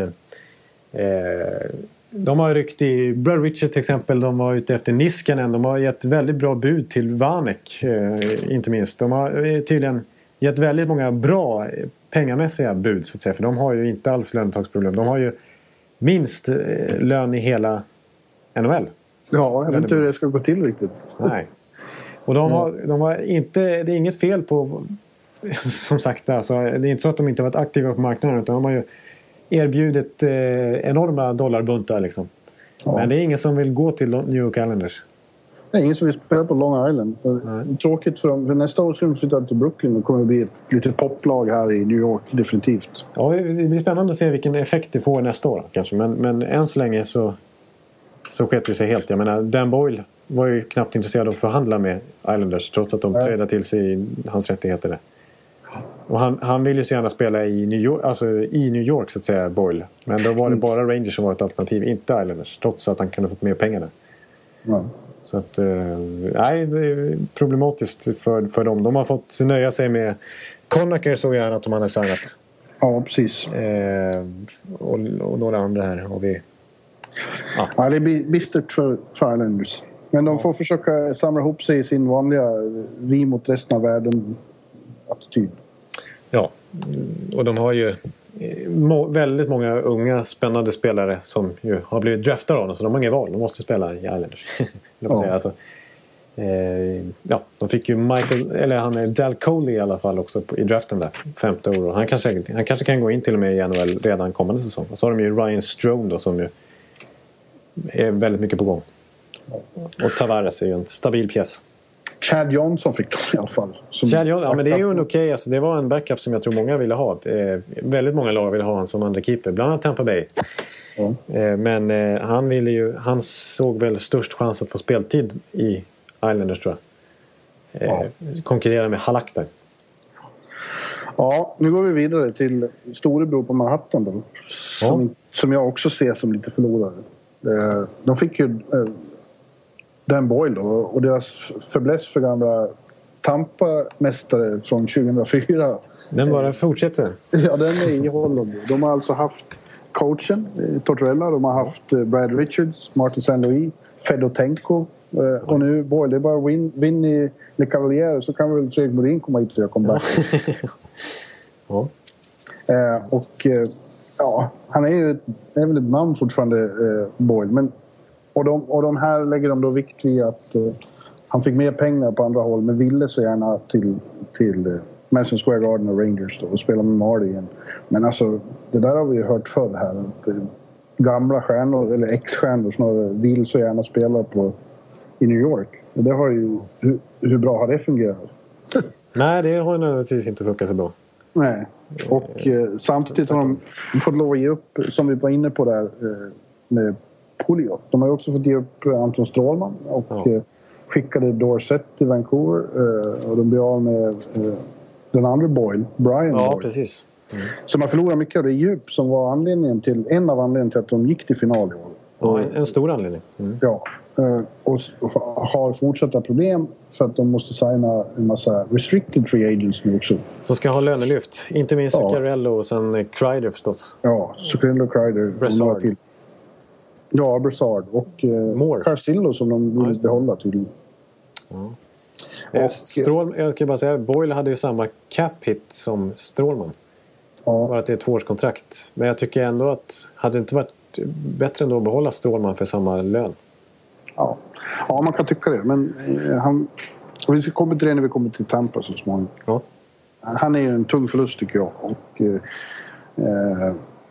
eh, de har ryckt i Brad Richard till exempel. De var ute efter Niskanen. De har gett väldigt bra bud till Vanek. Eh, inte minst. De har tydligen gett väldigt många bra pengamässiga bud så att säga. För de har ju inte alls löntagsproblem. De har ju minst eh, lön i hela N H L. Ja, jag vet inte hur det ska gå till riktigt. Nej. Och de har, de har inte, det är inget fel på, som sagt, alltså, det är inte så att de inte har varit aktiva på marknaden utan de har ju erbjudit eh, enorma dollarbuntar liksom. Ja. Men det är ingen som vill gå till New York Islanders. Det är ingen som vill spela på Long Island. Det är tråkigt för dem. För nästa år ska de flytta till Brooklyn och kommer att bli ett litet poplag här i New York, definitivt. Ja, det blir spännande att se vilken effekt det får nästa år kanske. Men, men än så länge så, så sket vi sig helt. Jag menar, Dan Boyle var ju knappt intresserad av att förhandla med Islanders trots att de ja. trädde till sig i hans rättigheter där. Och han, han vill ju så gärna spela i New York, alltså i New York så att säga, Boyle. Men då var det bara Rangers som var ett alternativ, inte Islanders. Trots att han kunde fått mer pengar där. Ja. Så att, eh, nej, det är problematiskt för, för dem. De har fått nöja sig med Conacher så gärna att de hade signat. Ja, precis. Eh, och, och några andra här har vi... Ja, ja det är bistert för, för Islanders. Men de får försöka samla ihop sig i sin vanliga vi mot resten av världen attityd. Ja, och de har ju må, väldigt många unga spännande spelare som ju har blivit draftade av dem, så de har ingen val, de måste spela i Islanders. ja. säga. Alltså, eh, ja, de fick ju Michael, eller han är Dal Coley i alla fall också på, i draften där, femte år. Han kanske, han kanske kan gå in till och med i N H L redan kommande säsong. Och så har de ju Ryan Strome då som ju är väldigt mycket på gång. Och Tavares är ju en stabil pjäs. Chad Johnson fick de i alla fall. Chad Johnson, ja men det är ju en okej okay, alltså, det var en backup som jag tror många ville ha. Eh, väldigt många lag ville ha han som andra keeper, bland annat Tampa Bay. Mm. Eh, men eh, han ville ju, han såg väl störst chans att få speltid i Islanders tror jag. Eh, ja. Konkurrera med Halak där. Ja, nu går vi vidare till storebror på Manhattan då. Som, ja. som jag också ser som lite förlorare. Eh, de fick ju eh, Dan Boyle då, och deras förbläss för gamla Tampa-mästare från tjugohundrafyra. Den bara fortsätter. Ja, den är ihållande. De har alltså haft coachen, Tortorella, de har haft Brad Richards, Martin Saint Louis, Fedotenko och nu Boyle. Det är bara win, win i Le Cavalier, så kan väl Fredrik Molin komma hit och göra comeback. ja. eh, och eh, ja, han är ju är väl ett namn fortfarande, eh, Boyle, men Och de, och de här lägger de då vikt vid att uh, han fick mer pengar på andra håll men ville så gärna till, till uh, Madison Square Garden och Rangers då, och spela med Marty igen. Men alltså, det där har vi ju hört förr här. Att, uh, gamla stjärnor, eller ex-stjärnor snarare, vill så gärna spela på, i New York. Och det har ju, hur, hur bra har det fungerat? Nej, det har naturligtvis inte funkat så bra. Nej, och uh, samtidigt har de fått lov att ge upp, som vi var inne på där, uh, med Pouliot. De har ju också fått ge upp Anton Strålman och ja. eh, skickade Dorsett till Vancouver eh, och de blev av med eh, den andra Boyle, Brian ja, Boyle. Precis. Mm. Så man förlorar mycket av det djup som var anledningen till, en av anledningarna till att de gick till final i år. Ja, en, en stor anledning. Mm. Ja, eh, och, och har fortsatta problem så att de måste signa en massa restricted free agents nu också. Som ska ha lönelyft. Inte minst ja. Zuccarello och sen Kreider förstås. Ja, Zuccarello, Kreider. Brassard. Till. Ja, Brassard och eh, Carstillo som de vill behålla tydligen. Ja. Och, Strål, jag kan bara säga, Boyle hade ju samma cap hit som Strålman. Ja. Bara att det är ett tvåårskontrakt. Men jag tycker ändå att hade det inte varit bättre ändå att behålla Strålman för samma lön? Ja, ja man kan tycka det. Men eh, han, vi ska komma till det när vi kommer till Tampa så småningom. Ja. Han är ju en tung förlust tycker jag. Och... Eh,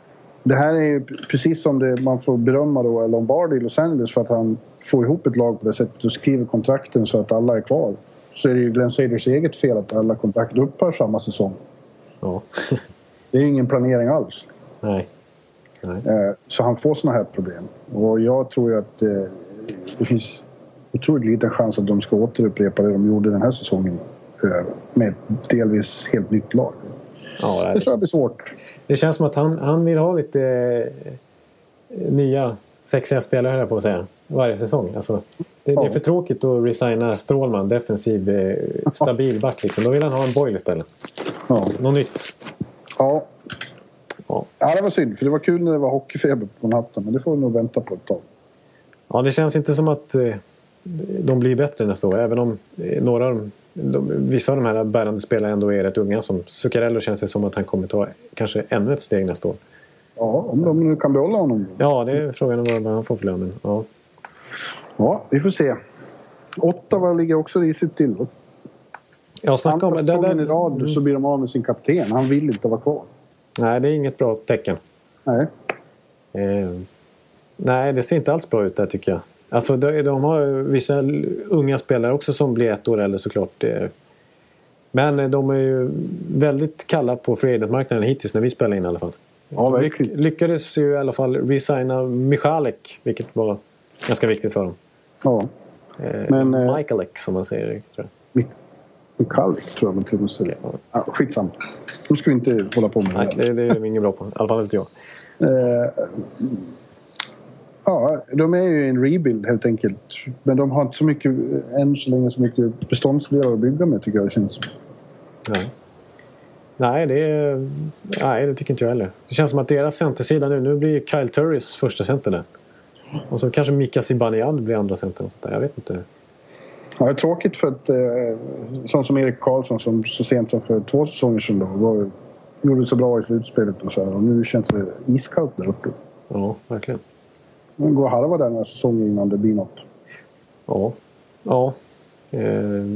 det här är ju precis som det, man får berömma då Lombardi i Los Angeles för att han får ihop ett lag på det sättet och skriver kontrakten så att alla är kvar. Så är det ju Glenn Saders eget fel att alla kontrakt upphör samma säsong. Ja. Det är ingen planering alls. Nej. Nej. Så han får såna här problem. Och jag tror ju att det, det finns otroligt liten chans att de ska återupprepa det de gjorde den här säsongen med ett delvis helt nytt lag. Ja, det, det tror jag blir svårt. Det känns som att han, han vill ha lite eh, nya sexiga spelare, höll jag på att säga, varje säsong. Alltså, det, ja. det är för tråkigt att resigna Strålman, defensiv, eh, stabil back. Liksom. Då vill han ha en Boyle istället. Ja. Något nytt. Ja. ja. Ja, det var synd. För det var kul när det var hockeyfeber på natten. Men det får vi nog vänta på ett tag. Ja, det känns inte som att eh, de blir bättre nästa år. Även om eh, några av dem, de, vissa av de här bärande spelarna ändå är rätt unga. Som Zuccarello känns det som att han kommer ta kanske ännu ett steg nästa år. Ja, om de nu kan behålla honom. Ja, det är frågan om vad han får för lön. Ja. ja, vi får se. Ottawa ligger också risigt till. Ja, snacka om det. Där i rad så blir de av med sin kapten. Han vill inte vara kvar. Nej, det är inget bra tecken. Nej. Eh, nej, det ser inte alls bra ut där, tycker jag. Alltså, de, de har vissa unga spelare också som blir ett år eller såklart. Eh. Men de är ju väldigt kalla på free agent-marknaden hittills när vi spelar in i alla fall. Ja, verkligen. Ly- lyckades ju i alla fall resigna Michalek, vilket var ganska viktigt för dem. Ja. Eh, Men, eh, Michalek som man säger, tror jag. Michalek tror jag man till och med säger. Okay, ja. Ja, skitsamma. Nu ska vi inte hålla på med Nej, det. Det är de ingen bra på. I alla fall inte jag. Eh, ja, de är ju en rebuild helt enkelt. Men de har inte så mycket, än så länge så mycket beståndsdelar att bygga med, tycker jag det känns som. Nej. Nej, det är, nej, det tycker inte jag heller. Det känns som att deras centersida nu, nu blir Kyle Turris första center där. Och så kanske Mika Zibanejad blir andra center. Och sånt där. Jag vet inte. Ja, det är tråkigt för att eh, sån som Erik Karlsson som så sent som för två säsonger sedan då var, gjorde så bra i slutspelet och så här. Och nu känns det iskallt där uppe. Ja, verkligen. Man går halva den här säsongen innan det blir något. Ja. Ja. Eh,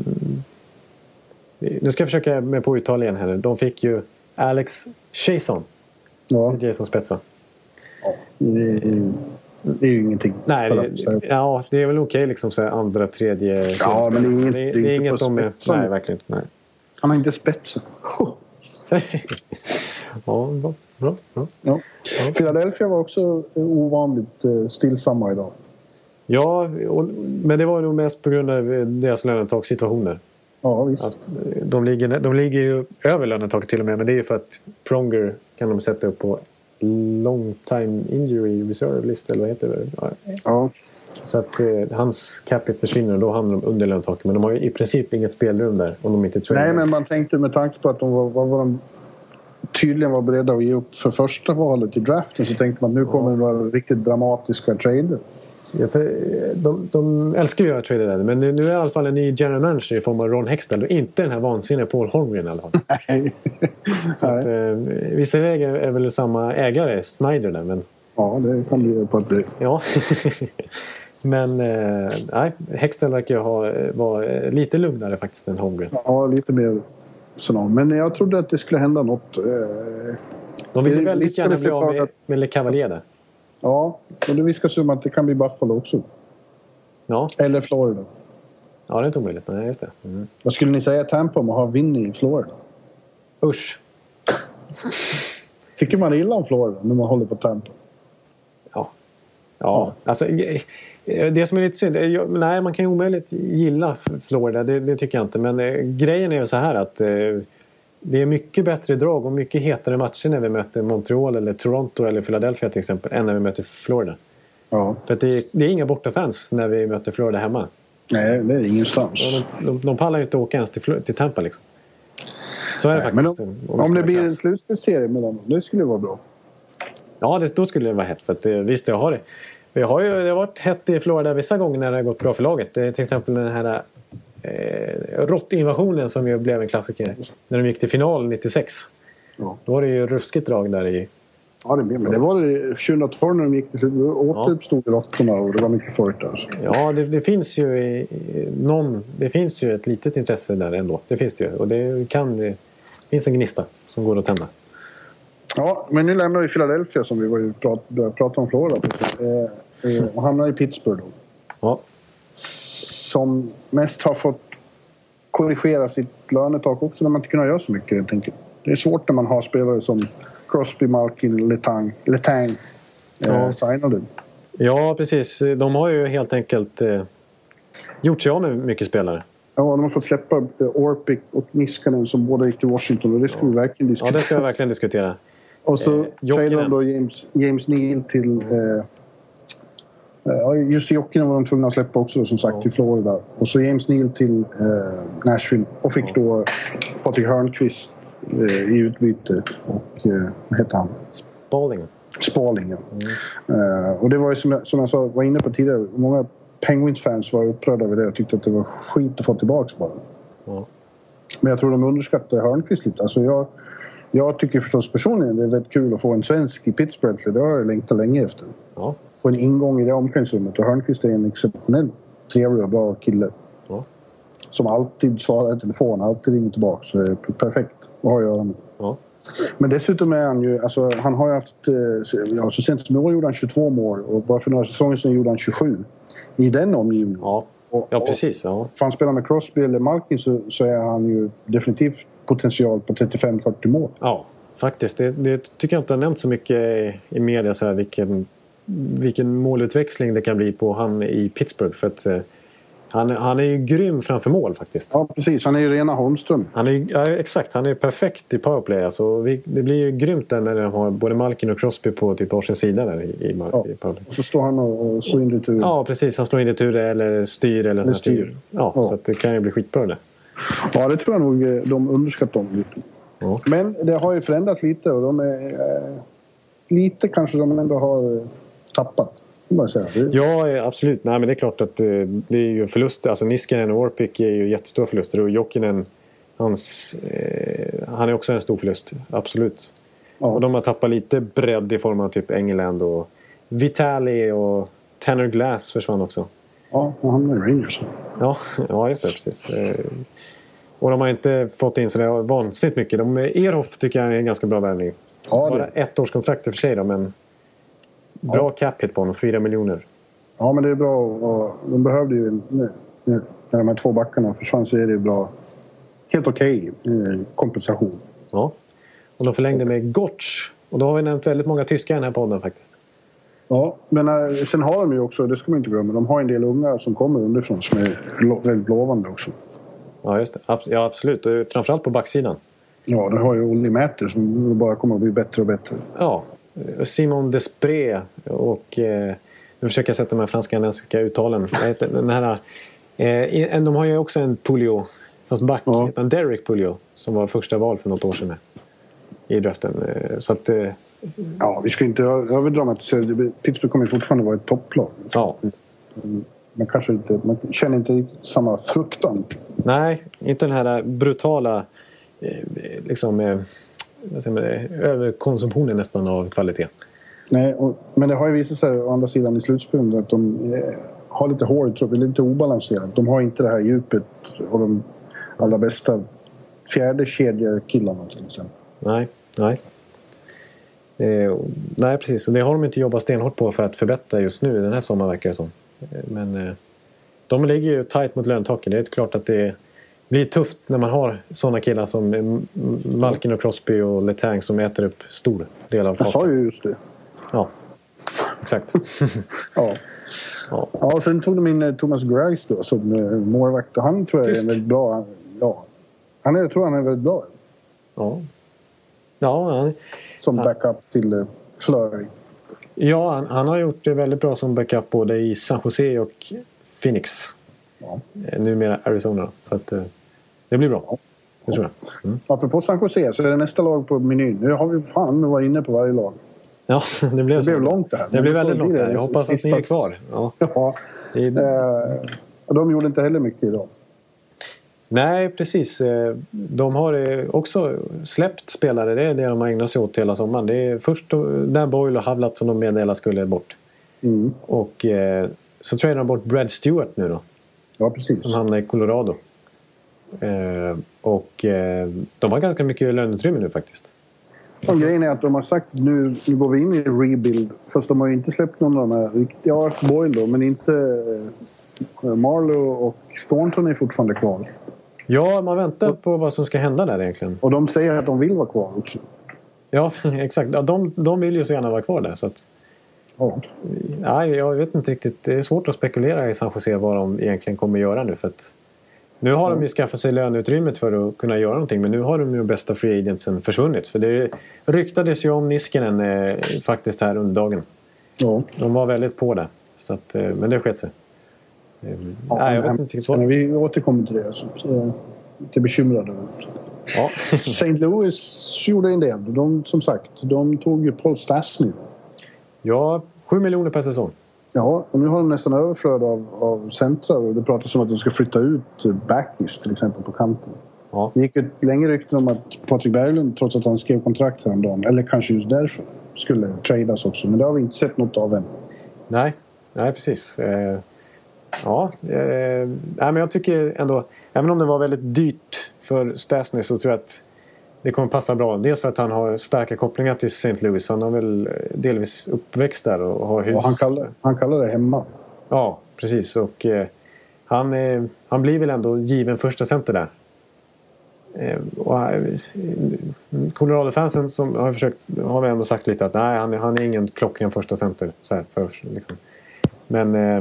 nu ska jag försöka med på uttal igen här. De fick ju Alex Chiasson. Ja. Jason Spezza. Ja, det är, det är ju ingenting. Nej, det, ja, det är väl okej liksom så här andra, tredje... Ja, men det är inget, det, det är inget de är... Nej, verkligen nej. Han har inte spetsen. Ja, bra. bra, bra. Ja. Ja. Philadelphia var också ovanligt stillsamma idag. Ja, och, men det var nog mest på grund av deras lönetagssituationer. Ja, visst. Att de, ligger, de ligger ju över lönetaket till och med, men det är ju för att Pronger kan de sätta upp på long time injury reserve list, eller vad heter det? Ja. Ja. Så att eh, hans capita försvinner och då hamnar de under lönetaket. Men de har ju i princip inget spelrum där om de inte tror. Nej, men man tänkte med tanke på att de var, var, var de tydligen var beredda att ge upp för första valet i draften, så tänkte man att nu kommer det några riktigt dramatiska trader. Ja, för de, de älskar ju att göra trader där, men nu är det i alla fall en ny general manager i form av Ron Hextall och inte den här vansinniga Paul Holmgren i alla fall. Nej. Så att, eh, vissa vägar är väl samma ägare, Snyder där, men... Ja, det kan bli på att bli. Ja. Men eh, nej, Hextall verkar ju ha, vara lite lugnare faktiskt än Holmgren. Ja, lite mer sådär. Men jag trodde att det skulle hända något. De ville väldigt gärna bli av med, med Le Cavalier där. Ja, och det viskas som att det kan bli Buffalo också. Ja. Eller Florida. Ja, det är inte omöjligt. Nej, just det. Mm. Vad skulle ni säga Tampa om att ha Vinny i Florida? Usch. Tycker man illa om Florida när man håller på Tampa? Ja. Ja, alltså... Det som är lite synd, nej, man kan ju omöjligt gilla Florida, det, det tycker jag inte. Men eh, grejen är ju så här att eh, det är mycket bättre drag och mycket hetare matcher när vi möter Montreal eller Toronto eller Philadelphia till exempel än när vi möter Florida. Ja. För att det, det är inga bortafans när vi möter Florida hemma. Nej, det är ingenstans. De, de, de pallar ju inte åka ens till, till Tampa liksom. Så är det nej, faktiskt. Men om, om det blir en slutspelsserie mellan dem, det skulle vara bra. Ja, det, då skulle det vara hett. För att, visst, jag har det. Vi har ju det har varit hett i Florida vissa gånger när det har gått bra för laget. Det är till exempel den här eh, råttinvasionen som ju blev en klassiker. När de gick till final nittiosex. Ja. Då var det ju ruskigt drag där i... Ja, det blev, men det var det tjugohundratolv när de gick till slut. Återuppstod ja. råttorna och det var mycket folk där. Ja, det, det finns ju i, någon, det finns ju ett litet intresse där ändå. Det finns det ju. Och det kan det finns en gnista som går att tända. Ja, men nu lämnar vi Philadelphia som vi var ju prat, började prata om Florida. Eh, eh, och hamnar i Pittsburgh då. Ja. Som mest har fått korrigera sitt lönetak också när man inte kunnat göra så mycket. Jag tänker. Det är svårt när man har spelare som Crosby, Malkin, Letang, Letang eh, ja. signade. Ja, precis. De har ju helt enkelt eh, gjort sig av med mycket spelare. Ja, de har fått släppa eh, Orpik och Niskanen som båda gick till Washington. Och det ska ja. vi verkligen diskutera. Ja, det ska vi verkligen diskutera. Och så eh, tradade de då James, James Neal till... Eh, Ja, just Jokinen var de tvungna att släppa också som sagt ja. till Florida. Och så James Neal till eh, Nashville. Och fick ja. då Patrik Hörnqvist eh, i utbyte. Och eh, vad heter han? Spalling. Spalling, ja. Mm. Eh, och det var ju som jag, som jag sa, var inne på tidigare. Många Penguins-fans var upprörda över det. Jag tyckte att det var skit att få tillbaka bara. Ja. Men jag tror de underskattade Hörnqvist lite. Alltså jag, jag tycker förstås personligen det är väldigt kul att få en svensk i Pittsburgh. Det har jag längtat länge efter. Ja. Få en ingång i det omklädningsrummet. Och Hörnqvist är en exceptionellt trevlig och bra kille. Ja. Som alltid svarar i telefon, alltid ringer tillbaka. Så det är perfekt att ha att göra med. Ja. Men dessutom är han ju, alltså han har ju haft, ja, så sent som i år gjorde han tjugotvå mål. Och bara för några säsonger sedan gjorde han tjugosju. I den omgivningen. Ja, ja precis. Ja. För han spelar med Crosby eller Malkin så, så är han ju definitivt potential på trettiofem fyrtio mål. Ja, faktiskt. Det, det tycker jag inte har nämnt så mycket i media så här, vilken... vilken målutväxling det kan bli på han i Pittsburgh. För att eh, han, han är ju grym framför mål faktiskt. Ja, precis. Han är ju rena Holmström. Han är, ja, exakt. Han är perfekt i powerplay. Alltså, vi, det blir ju grymt där när de har både Malkin och Crosby på typ varsin sida där i, i, ja. i powerplay. Och så står han och, och slår in retur. Ja, precis. Han slår in retur eller styr. Eller, eller styr. Ja, ja, så att det kan ju bli skitbra det. Ja, det tror jag nog de underskattar dem lite. Ja. Men det har ju förändrats lite och de är... Eh, lite kanske de ändå har... tappat, får man säga. Ja, absolut. Nej, men det är klart att det är ju förluster. Alltså Niskanen och Orpik är ju jättestora förluster. Och Jokinen, hans, eh, han är också en stor förlust. Absolut. Ja. Och de har tappat lite bredd i form av typ England och Vitali och Tanner Glass försvann också. Ja, och han är Rangers. Ja, ja, just det, precis. Eh, och de har inte fått in så det vansinnigt mycket. De, Ehrhoff tycker jag är en ganska bra värvning. Ja, bara ett års kontrakt för sig då, men bra ja. cap hit på honom, fyra miljoner. Ja, men det är bra. Och de behövde ju, när de här två backarna försvann så är det bra. Helt okej okay, kompensation. Ja, och de förlängde med Gotch. Och då har vi nämnt väldigt många tyskar i den här podden faktiskt. Ja, men äh, sen har de ju också, det ska man inte glömma, de har en del unga som kommer underifrån som är lo- väldigt lovande också. Ja, just det. Ja, absolut. Och framförallt på backsidan. Ja, det har ju Olli Mäter som bara kommer att bli bättre och bättre. Ja, Simon Desprez och eh, nu försöker jag sätta de här fransk-kanadensiska uttalen. Den här, eh, de har ju också en Puliot som back, ja. En Derek Puliot som var första val för något år sedan i draften. Så att, eh, ja, vi ska inte överdra med att Pittsburgh kommer fortfarande vara ett topplag. Ja. Man kanske inte, man känner inte samma fruktan. Nej, inte den här brutala eh, liksom eh, överkonsumtionen nästan av kvalitet. Nej, och, men det har ju visat sig å andra sidan i slutspelet att de eh, har lite hår, tror jag, lite obalanserat. De har inte det här djupet och de allra bästa fjärde kedjekillarna till exempel. Nej, nej. Eh, nej, precis. Och det har de inte jobbat stenhårt på för att förbättra just nu den här sommaren verkar det som. Men eh, de ligger ju tajt mot löntaken. Det är klart att det blir tufft när man har sådana killar som Malkin och Crosby och Letang som äter upp stor del av kakan. Jag sa ju just det. Ja, exakt. ja. Ja. Ja, sen tog de in Thomas Greiss då som målvakt. Han tror jag är väldigt bra. Ja. Han är, jag tror han är väldigt bra. Ja. Ja, han, som backup han, till Fleury. Ja, han, han har gjort det väldigt bra som backup både i San Jose och Phoenix. Ja. Numera Arizona. Så att det blir bra. Ja. Det tror jag. Mm. Apropå San Jose så är det nästa lag på menyn. Nu har vi fan varit inne på varje lag. Ja, det blev, det blev långt det här. Det blev väldigt långt det här. Jag hoppas att ni är kvar. Ja. Ja. Det... Eh, de gjorde inte heller mycket idag. Nej, precis. De har också släppt spelare. Det är det de har ägnat sig åt hela sommaren. Det är först där Boyle och Havlat som de meddelade skulle bort. Mm. Och så tradar de bort Brad Stewart nu då. Ja, precis. Som hamnar i Colorado. Och de har ganska mycket löneutrymme nu faktiskt. Och grejen är att de har sagt nu, nu går vi in i rebuild. Fast de har ju inte släppt någon av de här riktiga. Ja, Boyle då, men inte uh, Marlowe och Thornton är fortfarande kvar. Ja, man väntar på vad som ska hända där egentligen. Och de säger att de vill vara kvar också. Ja, exakt. Ja, de, de vill ju så gärna vara kvar där. Så att, ja. Nej, jag vet inte riktigt. Det är svårt att spekulera i San Jose vad de egentligen kommer göra nu. För att nu har de ju skaffat sig löneutrymmet för att kunna göra någonting. Men nu har de ju bästa free agentsen försvunnit. För det ryktades ju om Niskanen eh, faktiskt här under dagen. Ja. De var väldigt på det. Så att, eh, men det skett sig. Eh, ja, nej, jag vet inte riktigt vad. Vi återkommer till det. Så, så jag är lite bekymrad över det. Ja. Saint Louis gjorde en del. De, som sagt, de tog ju Paul Stastny. Ja, sju miljoner per säsong. Ja, och nu har de nästan överflöd av, av centrar. Och det pratas om att de ska flytta ut Backis till exempel på kanten. Ja. Det gick ett längre rykte om att Patrik Berglund, trots att han skrev kontrakt häromdagen, eller kanske just därför, skulle tradas också. Men det har vi inte sett något av än. Nej, nej precis. Eh, ja, eh, nej, men jag tycker ändå, även om det var väldigt dyrt för Stastny så tror jag att det kommer passa bra. Dels för att han har starka kopplingar till Saint Louis. Han har väl delvis uppväxt där och har hus. Ja, han kallar, han kallar det hemma. Ja, precis. Och eh, han, eh, han blir väl ändå given första center där. Eh, och, eh, Colorado-fansen som har försökt, har väl ändå sagt lite att nej, han, han är ingen klockren första center. Så här, för, liksom. Men eh,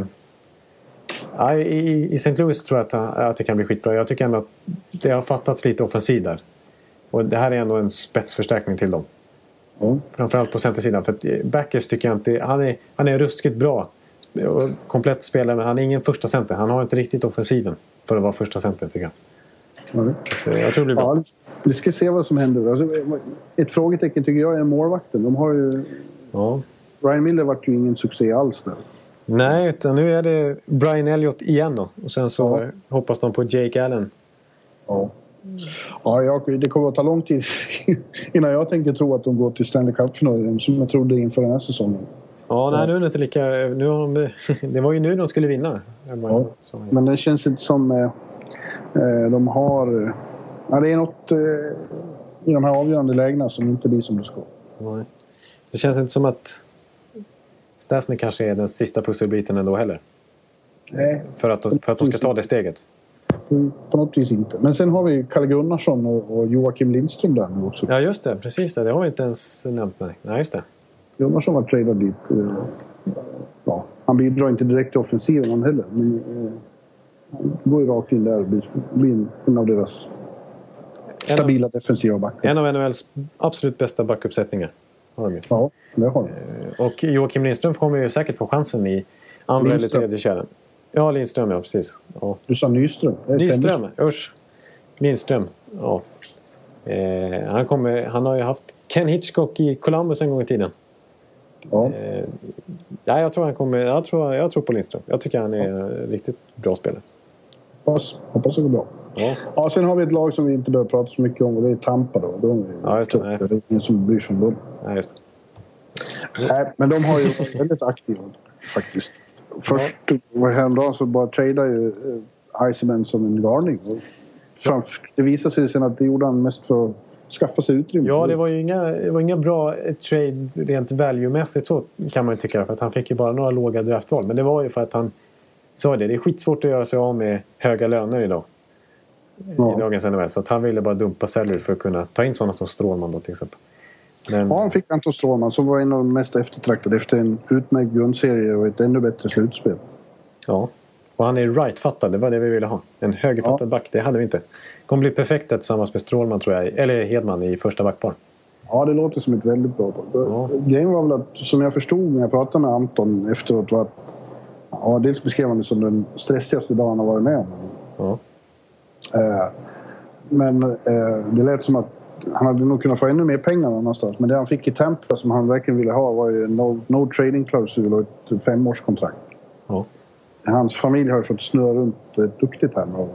ja, i, i Saint Louis tror jag att, att det kan bli skitbra. Jag tycker ändå att det har fattats lite offensiv där. Och det här är ändå en spetsförstärkning till dem. Mm. Framförallt på centersidan. För att Backes tycker jag inte... Han är, han är ruskigt bra. Och komplett spelare. Men han är ingen första center. Han har inte riktigt offensiven för att vara första center tycker jag. Mm. Jag tror det blir bra. Ja, vi ska se vad som händer. Alltså, ett frågetecken tycker jag är målvakten. De har ju... Ja. Ryan Miller var ju ingen succé alls där. Nej, utan nu är det Brian Elliott igen då. Och sen så ja. hoppas de på Jake Allen. Ja. Ja, jag, det kommer att ta lång tid innan jag tänker tro att de går till Stanley Cup-finalen som jag trodde inför den här säsongen. Ja, nej, nu är det inte lika... Nu har de, det var ju nu de skulle vinna. Ja, men det känns inte som... Eh, de har... Ja, det är något eh, i de här avgörande lägena som inte blir som det ska. Nej. Det känns inte som att Stastny kanske är den sista pusselbiten ändå heller. Nej. För att, för att de ska ta det steget. På något vis inte. Men sen har vi Kalle Gunnarsson och, och Joakim Lindström där nu också. Ja, just det. Precis det. Det har vi inte ens nämnt med. Nej, just det. Gunnarsson var tradad dit. Ja, han bidrar inte direkt till offensiven han heller. Men eh, han går ju rakt in där och blir, blir en av deras stabila en av, defensiva backar. En av N H L:s absolut bästa backuppsättningar. Har de. Ja, det har de. Och Joakim Lindström kommer ju säkert få chansen i andra Lindström. eller tredje kärlen. Ja, Lindström, ja, precis. Ja. Du sa Nyström. Nyström, usch. Lindström, ja. Eh, han, kommer, han har ju haft Ken Hitchcock i Columbus en gång i tiden. Ja. Eh, ja, jag tror han kommer... Jag tror, jag tror på Lindström. Jag tycker han är ja. riktigt bra spelare. Hoppas, hoppas det går bra. Ja. Ja, sen har vi ett lag som vi inte behöver prata så mycket om och det är Tampa då. De är ja, just det. Nej. Det är ingen som bryr sig om dem. Ja, just det. Nej, men de har ju varit väldigt aktiva faktiskt. Först var häromdagen så bara tradade ju Iceman som en garning. Och det visade sig sen att det gjorde han mest för att skaffa sig utrymme. Ja, det var ju inga, det var inga bra trade rent value-mässigt så kan man ju tycka. För att han fick ju bara några låga draftval. Men det var ju för att han sa det. Det är skitsvårt att göra sig av med höga löner idag. Ja. I dagens N H L. Så att han ville bara dumpa salary för att kunna ta in sådana som Strålman då till exempel. Men... Ja, han fick Anton Strålman som var en av de mest eftertraktade efter en utmärkt grundserie och ett ännu bättre slutspel. Ja, och han är right-fattad, det var det vi ville ha. En högerfattad ja. back, det hade vi inte. Kommer bli perfekt tillsammans med Strålman tror jag, eller Hedman i första backpar. Ja, det låter som ett väldigt bra ja. Grejen var väl att, som jag förstod när jag pratade med Anton efteråt var att ja, dels beskrev han det som den stressigaste dagen han har varit med om. Ja. Eh, men eh, det lät som att han hade nog kunnat få ännu mer pengar någonstans. Men det han fick i Tampa som han verkligen ville ha var ju en no, no trading klausul och ett femårskontrakt. Ja. Hans familj har fått snurra runt ett duktigt här. Och,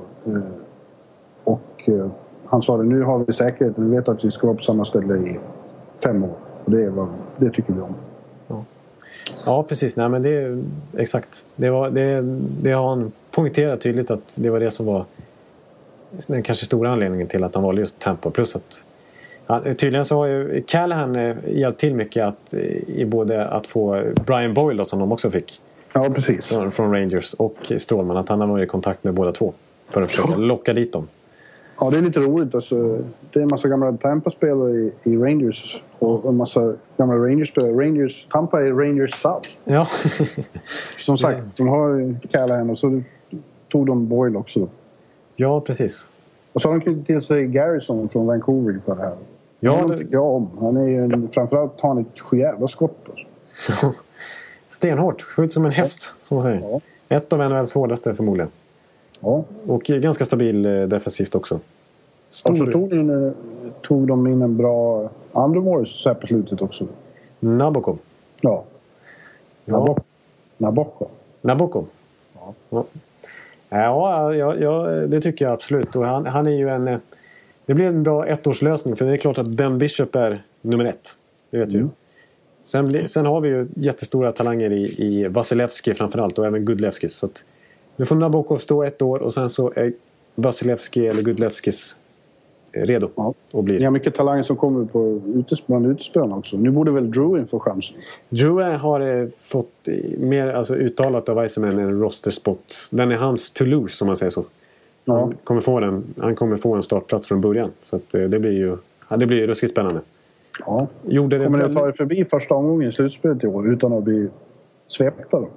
och han sa det, nu har vi säkerheten. Vi vet att vi ska vara på samma ställe i fem år. Och det, var, det tycker vi om. Ja, ja precis. Nej, men det är exakt. Det, var, det, det har han poängterat tydligt att det var det som var den kanske stora anledningen till att han valde just Tampa. Plus att Ja, tydligen så har ju Callahan eh, hjälpt till mycket att, i både att få Brian Boyle då, som de också fick. Ja, precis. Från, från Rangers och Strålman. Att han har varit i kontakt med båda två. För att försöka locka dit dem. Ja, det är lite roligt. Alltså, det är en massa gamla Tampa-spelare i, i Rangers. Och en massa gamla Rangers-spelare. Rangers, Tampa är Rangers South. Ja. Som sagt, de har Callahan och så tog de Boyle också. Då. Ja, precis. Och så har de knutit till sig Garrison från Vancouver för det här. Ja, Han det... tycker jag om. Han är ju en, framförallt har han ett sjujävla skott. Alltså. Stenhårt. Skjut som en häst, som man säger. Ja. Ett av N H L:s hårdaste förmodligen. Ja. Och ganska stabil eh, defensivt också. Stor... Och så tog, in, tog de in en bra andra mål så här på slutet också. Nabokov. Ja. Ja. Nabok. Nabokov. Nabokov. Ja. Ja. Ja, ja, ja, det tycker jag absolut. Och han, han är ju en... Det blir en bra ettårslösning. För det är klart att Ben Bishop är nummer ett. Det vet mm. ju. Sen, sen har vi ju jättestora talanger i, i Vasilevski framförallt. Och även Gudlevski. Så att nu får Nabokov stå ett år. Och sen så är Vasilevski eller Gudlevskis redo. Ja. Och blir. Ni har mycket talanger som kommer på bland utespelarna också. Nu borde väl Drouin få chansen. Drouin har eh, fått eh, mer alltså, uttalat av Weissman en rosterspot. Den är hans Toulouse, som man säger så. Ja. Han, kommer få den, han kommer få en startplats från början. Så att, eh, det blir ju ja, det blir ruskigt spännande. Ja. Gjorde det kommer ni att ta er förbi första omgången i slutspelet i år utan att bli svepta då?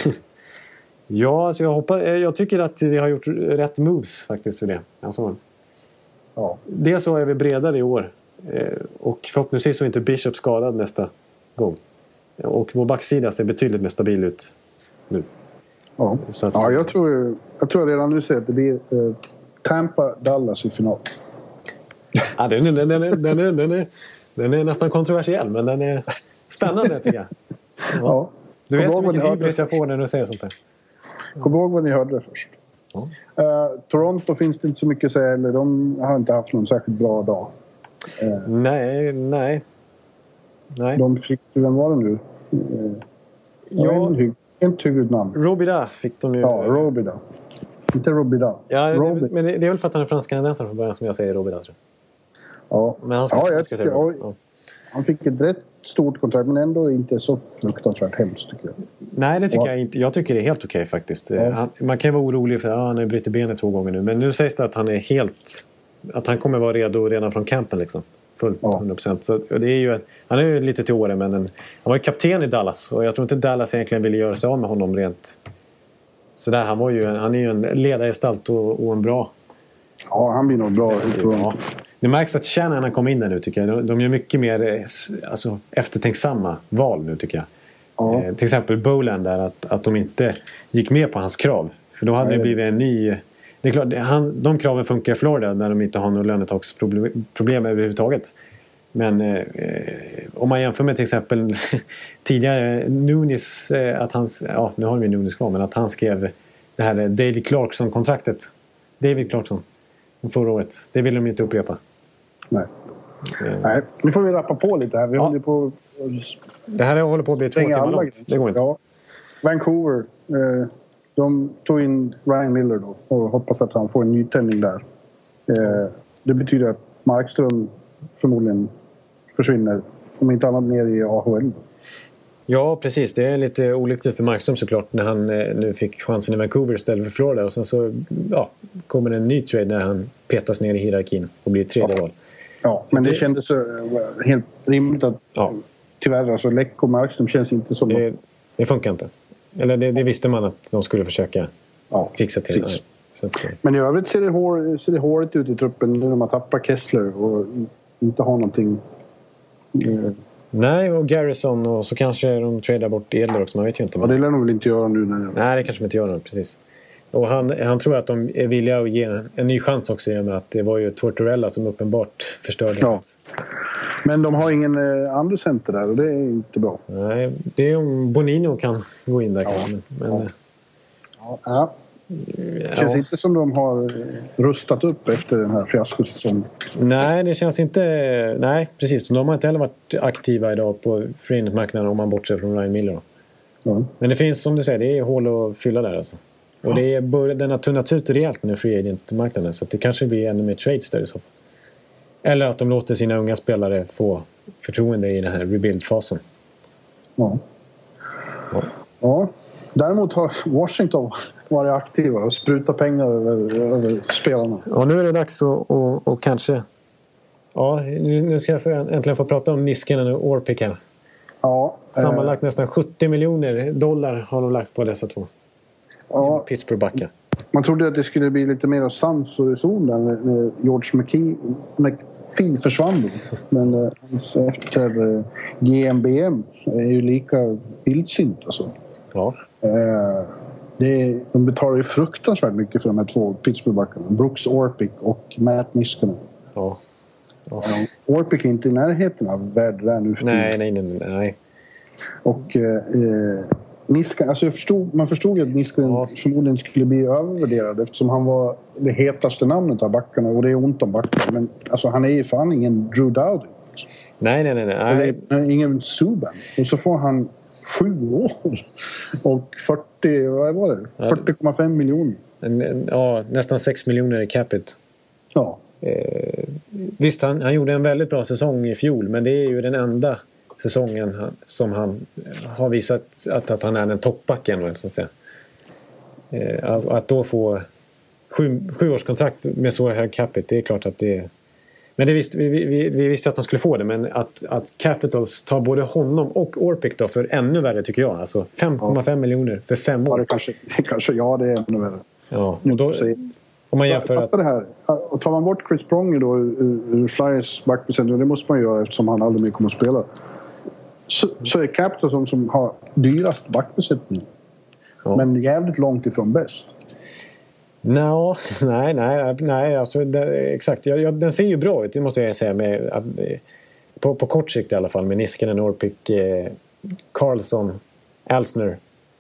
Ja, alltså jag, hoppas, jag tycker att vi har gjort rätt moves faktiskt för det. Alltså, ja. Dels så är vi bredare i år. Och förhoppningsvis så är inte Bishop skadad nästa gång. Och vår backsida ser betydligt mer stabil ut nu. Ja, så att, ja jag, tror, jag tror redan nu ser att det blir eh, Tampa-Dallas i final. Ja, den, den, den, den, den, är, den, är, den är nästan kontroversiell, men den är spännande tycker jag. Ja. Ja. Du vet hur mycket hybris jag får när du säger sånt där. Kom ihåg vad ni hörde det först. Ja. Uh, Toronto finns det inte så mycket att säga. Eller de har inte haft någon särskilt bra dag. Uh, nej, nej. nej. De fick, vem var det nu? Uh, ja. En, en huvudnamn. Robida fick de ju. Ja, Robida. Inte Robida. Ja, Robida. Men det är väl för att han är fransk-kanadensare från början som jag säger Robida, tror jag. Ja. Men han ska, ja, jag ska tycker, säga ja. Han fick ett rätt stort kontrakt, men ändå inte så fruktansvärt hemskt tycker jag. Nej, det tycker ja. jag inte. Jag tycker det är helt okej faktiskt. Ja. Han, man kan ju vara orolig för att ah, han har brutit benet två gånger nu. Men nu sägs det att han är helt... Att han kommer vara redo redan från campen liksom. Fullt ja. hundra procent. Så det är ju, han är ju lite till åren, men en, han var ju kapten i Dallas. Och jag tror inte Dallas egentligen ville göra sig av med honom rent. Så där, han, var ju, han är ju en ledargestalt och, och en bra... Ja, han blir nog bra. Ja. Det märks att Shannon har kommit in där nu tycker jag. De, de gör mycket mer alltså, eftertänksamma val nu tycker jag. Ja. Eh, till exempel Boland där att, att de inte gick med på hans krav. För då hade Nej. det blivit en ny... Det är klart, han, de kraven funkar i Florida när de inte har några lönetaksproblem problem överhuvudtaget. Men eh, om man jämför med till exempel tidigare Nunes, eh, att hans, ja nu har vi Nunes kvar, men att han skrev det här David Clarkson-kontraktet. David Clarkson. Förra året. Det vill de inte upprepa. Nej. Mm. Nej, nu får vi rappa på lite här. Vi ja. håller på... Det här håller på att bli två timmar långt. Det går inte. Ja. Vancouver. Eh, de tog in Ryan Miller då. Och hoppas att han får en nytändning där. Eh, det betyder att Markström förmodligen försvinner. Om inte annat ner i A H L. Ja, precis. Det är lite olyckligt för Markström såklart när han eh, nu fick chansen i Vancouver istället för Florida. Och sen så ja, kommer en ny trade när han petas ner i hierarkin och blir tredje val. Ja, ja men det, det kändes uh, helt rimligt att ja. tyvärr, alltså Läck och Markström känns inte som... Det, det funkar inte. Eller det, det visste man att de skulle försöka ja, fixa till. Så att, men i övrigt ser det, hår, ser det håret ut i truppen när de har tappat Kessler och inte har någonting... Uh, Nej, och Garrison och så kanske de tradar bort Edler också, man vet ju inte. Ja, det lär de väl inte göra nu. När jag... Nej, det kanske de inte gör nu, precis. Och han, han tror att de är villiga att ge en, en ny chans också i och med att det var ju Tortorella som uppenbart förstörde. Ja. Men de har ingen eh, andra center där och det är inte bra. Nej, det är om Bonino kan gå in där. Ja. Kan, men, ja. Ja. Ja. Det känns ja. inte som de har rustat upp efter den här fiaskosäsongen. Nej, det känns inte... Nej, precis. De har inte heller varit aktiva idag på free marknaden om man bortser från Ryan Miller. Ja. Men det finns, som du säger, det är hål att fylla där alltså. Och ja. det är bör, den har tunnat ut rejält nu free agent-marknaden. Så att det kanske blir ännu mer trades där i så fall. Eller att de låter sina unga spelare få förtroende i den här rebuild-fasen. Ja. Ja. Ja. Däremot har Washington varit aktiva och sprutat pengar över, över spelarna. Ja, nu är det dags att och, och kanske... Ja, nu, nu ska jag få, äntligen få prata om Niskanen och Orpik här. Ja. Sammanlagt eh, nästan sjuttio miljoner dollar har de lagt på dessa två. Ja. Pittsburgh-backar. Man trodde att det skulle bli lite mer av sans och reson där när, när George McKee, McPhee försvann. Men eh, efter eh, G M B M är ju lika vildsint alltså. Ja. Eh, det är, de betalar ju fruktansvärt mycket för de här två Pittsburgh-backarna. Brooks Orpik och Matt Niskanen. Ja. Ja. Ja, Orpik är inte i närheten av värd där nu för Nej, nej, nej, nej. Och eh, Niskanen, alltså jag förstod, man förstod ju att Niskanen Ja. förmodligen skulle bli övervärderad eftersom han var det hetaste namnet av backarna och det är ont om backar. Men alltså han är ju fan ingen Drew Dowdy. Nej, nej, nej, nej. Och det är ingen Subban. Och så får han sju år och fyrtio, vad var det? fyrtio komma fem miljoner. En, en, ja, nästan sex miljoner i capita. Ja. Eh, visst, han, han gjorde en väldigt bra säsong i fjol, men det är ju den enda säsongen han, som han har visat att, att han är en toppbacken, så att säga. Eh, alltså, att då få sju, sjuårskontrakt med så hög capita, det är klart att det är... Men det visst, vi, vi, vi visste att han skulle få det, men att, att Capitals tar både honom och Orpik då för ännu värre tycker jag. Alltså fem komma fem ja. miljoner för fem år. Ja, det kanske, det kanske, ja, det är ännu värre. Ja, och då... Om man jämför att... det här. Och tar man bort Chris Pronger då ur, ur Flyers backbesättning, och det måste man göra eftersom han aldrig mer kommer att spela. Så, så är Capitals som, som har dyrast backbesättning. Ja. Men jävligt långt ifrån bäst. No, nej, nej, nej, alltså det, exakt. Jag, jag, den ser ju bra ut, det måste jag säga. Med, att, på, på kort sikt i alla fall, med Niskanen, Orpik, eh, Karlsson, Alsner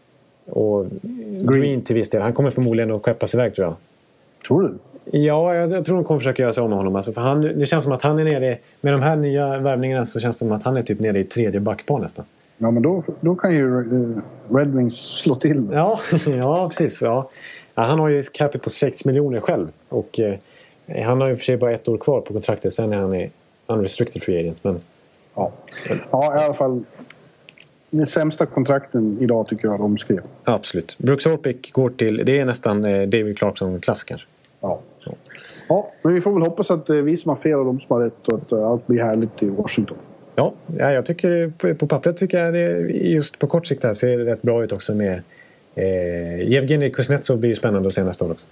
och Green. Green till viss del. Han kommer förmodligen att skeppas iväg, tror jag. Tror du? Ja, jag, jag tror de kommer försöka göra sig om med honom. Alltså, för han, det känns som att han är nere, med de här nya värvningarna så känns det som att han är typ nere i tredje backpar nästan. Ja, men då, då kan ju uh, Red Wings slå till. Ja, ja, precis. Ja. Ja, han har ju capita på sex miljoner själv. Och eh, han har ju för sig bara ett år kvar på kontraktet. Sen är han i unrestricted free agent. Men... Ja. ja, i alla fall. Den sämsta kontrakten idag tycker jag de skrev. Absolut. Brooks Orpik går till... Det är nästan eh, David Clarkson-klass kanske. Ja. Ja. Ja, men vi får väl hoppas att eh, vi som har fel och de som har rätt och att eh, allt blir härligt i Washington. Ja, ja jag tycker på, på pappret tycker jag det just på kort sikt här ser det rätt bra ut också med eh, Evgenij Kuznetsov blir ju spännande att se nästa år också.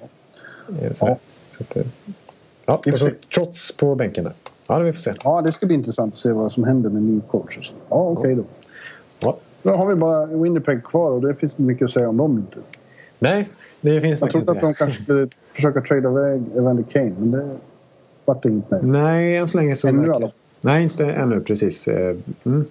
Eh, så ja. Så att, eh, ja, och så trots på bänken där. Ja, det vi får se. Ja, det ska bli intressant att se vad som händer med ny coach. Och så. Ja, okej okay då. Ja. Då har vi bara Winnipeg kvar och det finns inte mycket att säga om dem inte. Nej, det finns jag faktiskt trodde att de kanske skulle försöka trada iväg Evander Kane, men det vart inget med. Nej, än så länge så... Ännu i alla fall. Nej, inte ännu, precis. Mm.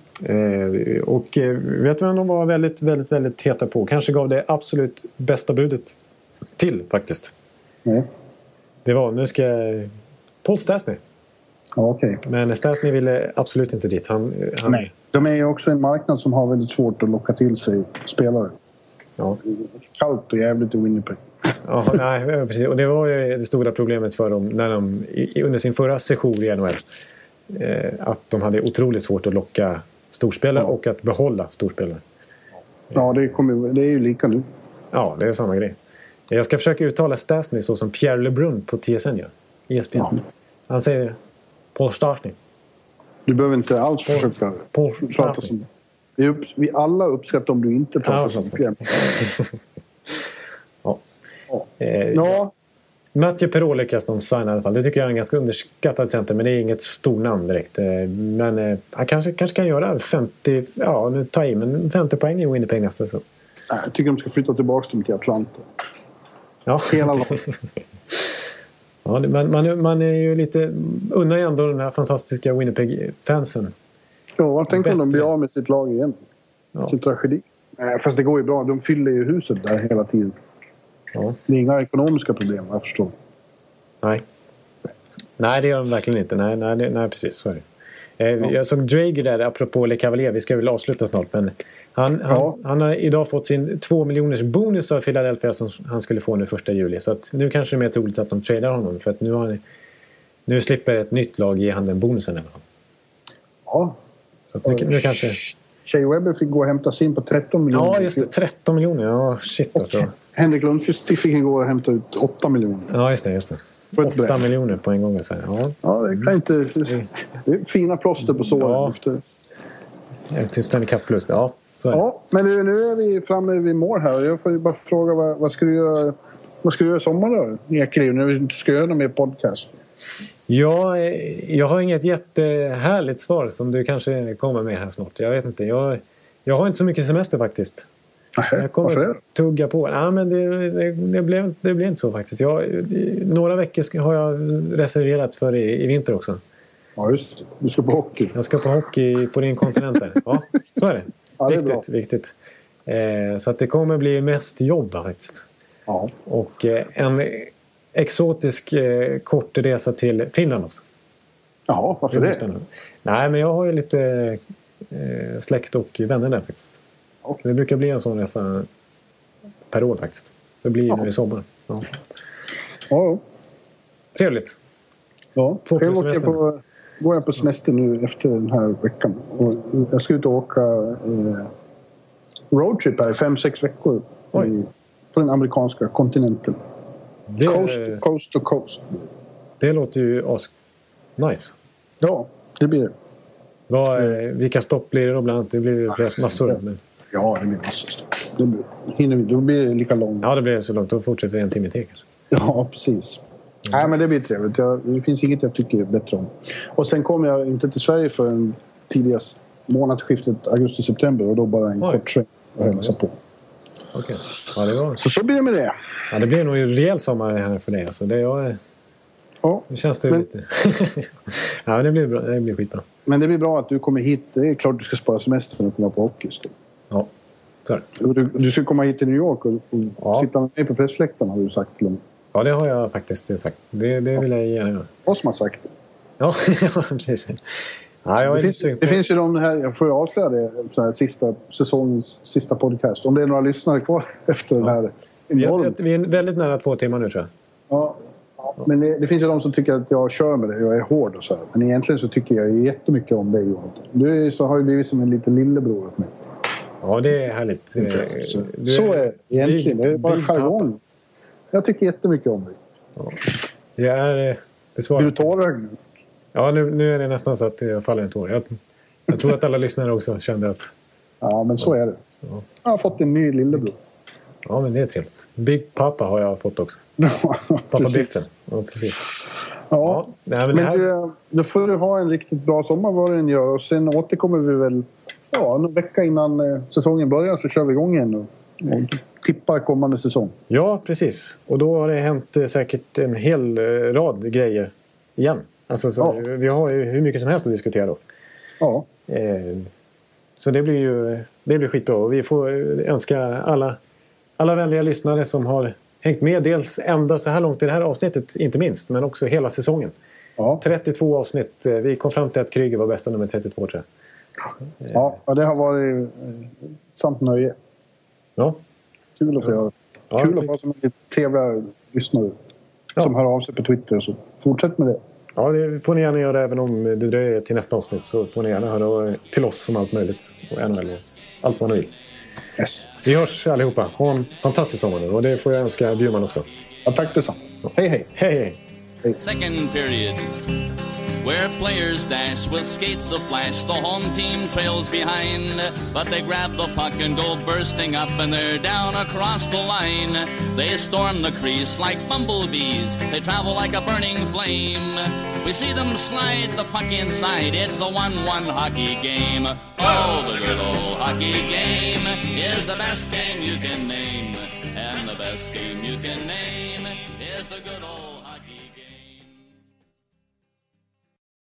Och vet du vem de var väldigt, väldigt, väldigt heta på? Kanske gav det absolut bästa budet till, faktiskt. Nej. Det var, nu ska jag... Paul Stastny. Ja, okej. Okay. Men Stastny ville absolut inte dit. Han, han... Nej, de är ju också en marknad som har väldigt svårt att locka till sig spelare. Ja. Kallt och jävligt i Winnipeg. Ja, nej, precis. Och det var ju det stora problemet för dem när de under sin förra session i N H L. Att de hade otroligt svårt att locka storspelare ja. och att behålla storspelare. Ja, det, kommer, det är ju lika nu. Ja, det är samma grej. Jag ska försöka uttala Stastny så som Pierre LeBrun på T S N, ja. E S P N. Ja. Han säger Paul Stastny. Du behöver inte alls Paul, försöka Paul prata som... Vi, upp, vi alla uppskattar om du inte pratar ja, som Pierre. ja. Ja. Eh, ja. Mathieu Perreault lyckas de signa i alla fall. Det tycker jag är en ganska underskattad center, men det är inget stornamn direkt. Men eh, han kanske, kanske kan göra femtio, ja nu tar i, men femtio poäng i Winnipeg nästa så. Jag tycker de ska flytta tillbaka dem till Atlanta. Ja. Hela laget. Ja, man, man, man är ju lite unnar ju ändå den här fantastiska Winnipeg-fansen. Ja, tänk om de blir av med sitt lag igen. Ja. Till tragedi. Fast det går ju bra. De fyller ju huset där hela tiden. Ja. Det är inga ekonomiska problem, jag förstår. Nej. Nej, det gör de verkligen inte. Nej, nej, nej precis. Sorry. Eh, ja. Jag såg Drager där, apropå Le Cavalier. Vi ska väl avsluta snart, men han, han, ja. han har idag fått sin två miljoners bonus av Philadelphia som han skulle få nu första juli. Så att nu kanske det är mer troligt att de tradar honom. För att nu har han, nu slipper ett nytt lag ge han den bonusen i alla fall. Ja. Så att nu, nu kanske... Shea Weber fick gå och hämta sin på tretton miljoner. Ja, just det. tretton miljoner. Ja, shit alltså. Och Henrik Lundqvist fick gå och hämta ut åtta miljoner. Ja, just det. Just det. åtta miljoner på en gång. Så här. Ja. Ja, det kan inte... Det är fina plåster på såren. Ja. Efter. Till Stanley Cup plus. Ja, så är det. Ja, men nu, nu är vi framme vid mål här. Jag får ju bara fråga, vad, vad ska du göra, vad ska du göra i sommar då? Ekeliv, när vi inte ska göra någon mer podcast. Ja, jag har inget jättehärligt svar som du kanske kommer med här snart. Jag vet inte. Jag, jag har inte så mycket semester faktiskt. Nähä, jag kommer varför det? Tugga på. Nej, men det, det, det, blev, det blev inte så faktiskt. Jag, några veckor har jag reserverat för i, i vinter också. Ja, just det. Du ska på hockey. Jag ska på hockey på din kontinent där. Ja, så är det. Ja, det är viktigt, bra. viktigt. Eh, så att det kommer bli mest jobb faktiskt. Ja. Och eh, en exotisk eh, kort resa till Finland också. Ja, varför Det det? blir spännande. Nej, men jag har ju lite eh, släkt och vänner där faktiskt. Ja. Så det brukar bli en sån resa per år faktiskt. Så det blir Ja. nu i sommar. Ja. Ja, ja. Trevligt. ja. Två Själv plus åker jag på, går jag på semester nu efter den här veckan. Och jag ska ut och åka eh, roadtrip här i fem, sex veckor. Oj. I, på den amerikanska kontinenten. Det, Coast, coast to coast. det låter ju as nice. Ja, det blir det. Vad, eh, vilka stopp blir det då bland annat? Det blir ju massor. Men... Ja, det blir massor. Det blir, hinner vi, då blir det lika långt. Ja, det blir så långt. Då fortsätter vi en timme till kanske. Ja, precis. Mm. Nej, men det blir trevligt. Jag, det finns inget jag tycker bättre om. Och sen kommer jag inte till Sverige förrän tidigast månadsskiftet augusti-september. Och då bara en Oj. kort sväng och hälsa på. Okej. Okay. Ja, det var... Så så blir det med det. Ja, det blir nog en rejäl sommar här för dig. Alltså. Det, jag, Ja, nu känns det men, lite... ja, det blir, bra. Det blir skitbra. men det blir bra att du kommer hit. Det är klart du ska spara semester för att komma på hockey. Så. Ja, så är det. Du, du ska komma hit till New York och, och Ja. sitta med mig på pressläktaren, har du sagt till dem. Ja, det har jag faktiskt sagt. Det, det vill jag gärna göra. Vad som har sagt det. Ja, precis. Ja, jag är Det finns, sugen på- det finns ju de här, jag får ju avslöja det, så här, sista säsongens sista podcast. Om det är några lyssnare kvar efter den här vi, enorm- är, vi är väldigt nära två timmar nu tror jag. Ja, men det, det finns ju de som tycker att jag kör med det. Jag är hård och så här. Men egentligen så tycker jag jättemycket om dig, Johan. Du är, så har ju blivit som en liten lillebror åt mig. Ja, det är härligt. Så, Du så är det egentligen. Det är bara big pappa. jargong. Jag tycker jättemycket om dig. Ja. Det är... Det svarar. Blir du tårögd nu? Ja, nu, nu är det nästan så att jag faller en tår. Jag, jag tror att alla lyssnare också kände att... Ja, men så är det. Ja. Jag har fått en ny lillebror. Ja, men det är trevligt. Big Papa har jag fått också. Pappa Precis. Biffen. Ja, precis. Ja, Ja, nej, men men det här- det, då får du ha en riktigt bra sommar vad du än gör. Och sen återkommer vi väl ja, en vecka innan eh, säsongen börjar så kör vi igång igen och, och tippar kommande säsong. Ja, precis. Och då har det hänt eh, säkert en hel eh, rad grejer igen. Alltså, så Ja. vi har ju hur mycket som helst att diskutera då. Ja, Eh, så det blir ju det blir skitbra. Och vi får eh, önska alla, alla vänliga lyssnare som har hängt med. Dels ända så här långt i det här avsnittet, inte minst. Men också hela säsongen. ja. trettiotvå avsnitt. Eh, Vi kom fram till att Kryger var bästa nummer trettiotvå, tror jag. Ja, och det har varit eh, ett sant nöje. Ja. Kul att få göra. Ja, Kul jag att tyck- få så mycket trevliga lyssnare Ja. som hör av sig på Twitter. Så fortsätt med det. Ja, det får ni gärna göra även om det dröjer till nästa avsnitt. Så får ni gärna höra till oss om allt möjligt. Och N H L och allt man vill. Yes. Vi hörs allihopa. Ha en fantastisk sommar nu. Och det får jag önska Bjurman också. Ja, tack detsamma. Hej, hej. Hej, hej! Second period, where players dash with skates aflash. The home team trails behind, but they grab the puck and go bursting up, and they're down across the line. They storm the crease like bumblebees. They travel like a burning flame. We see them slide the puck inside. It's a one one hockey game. Oh, the good old hockey game is the best game you can name. And the best game you can name is the good old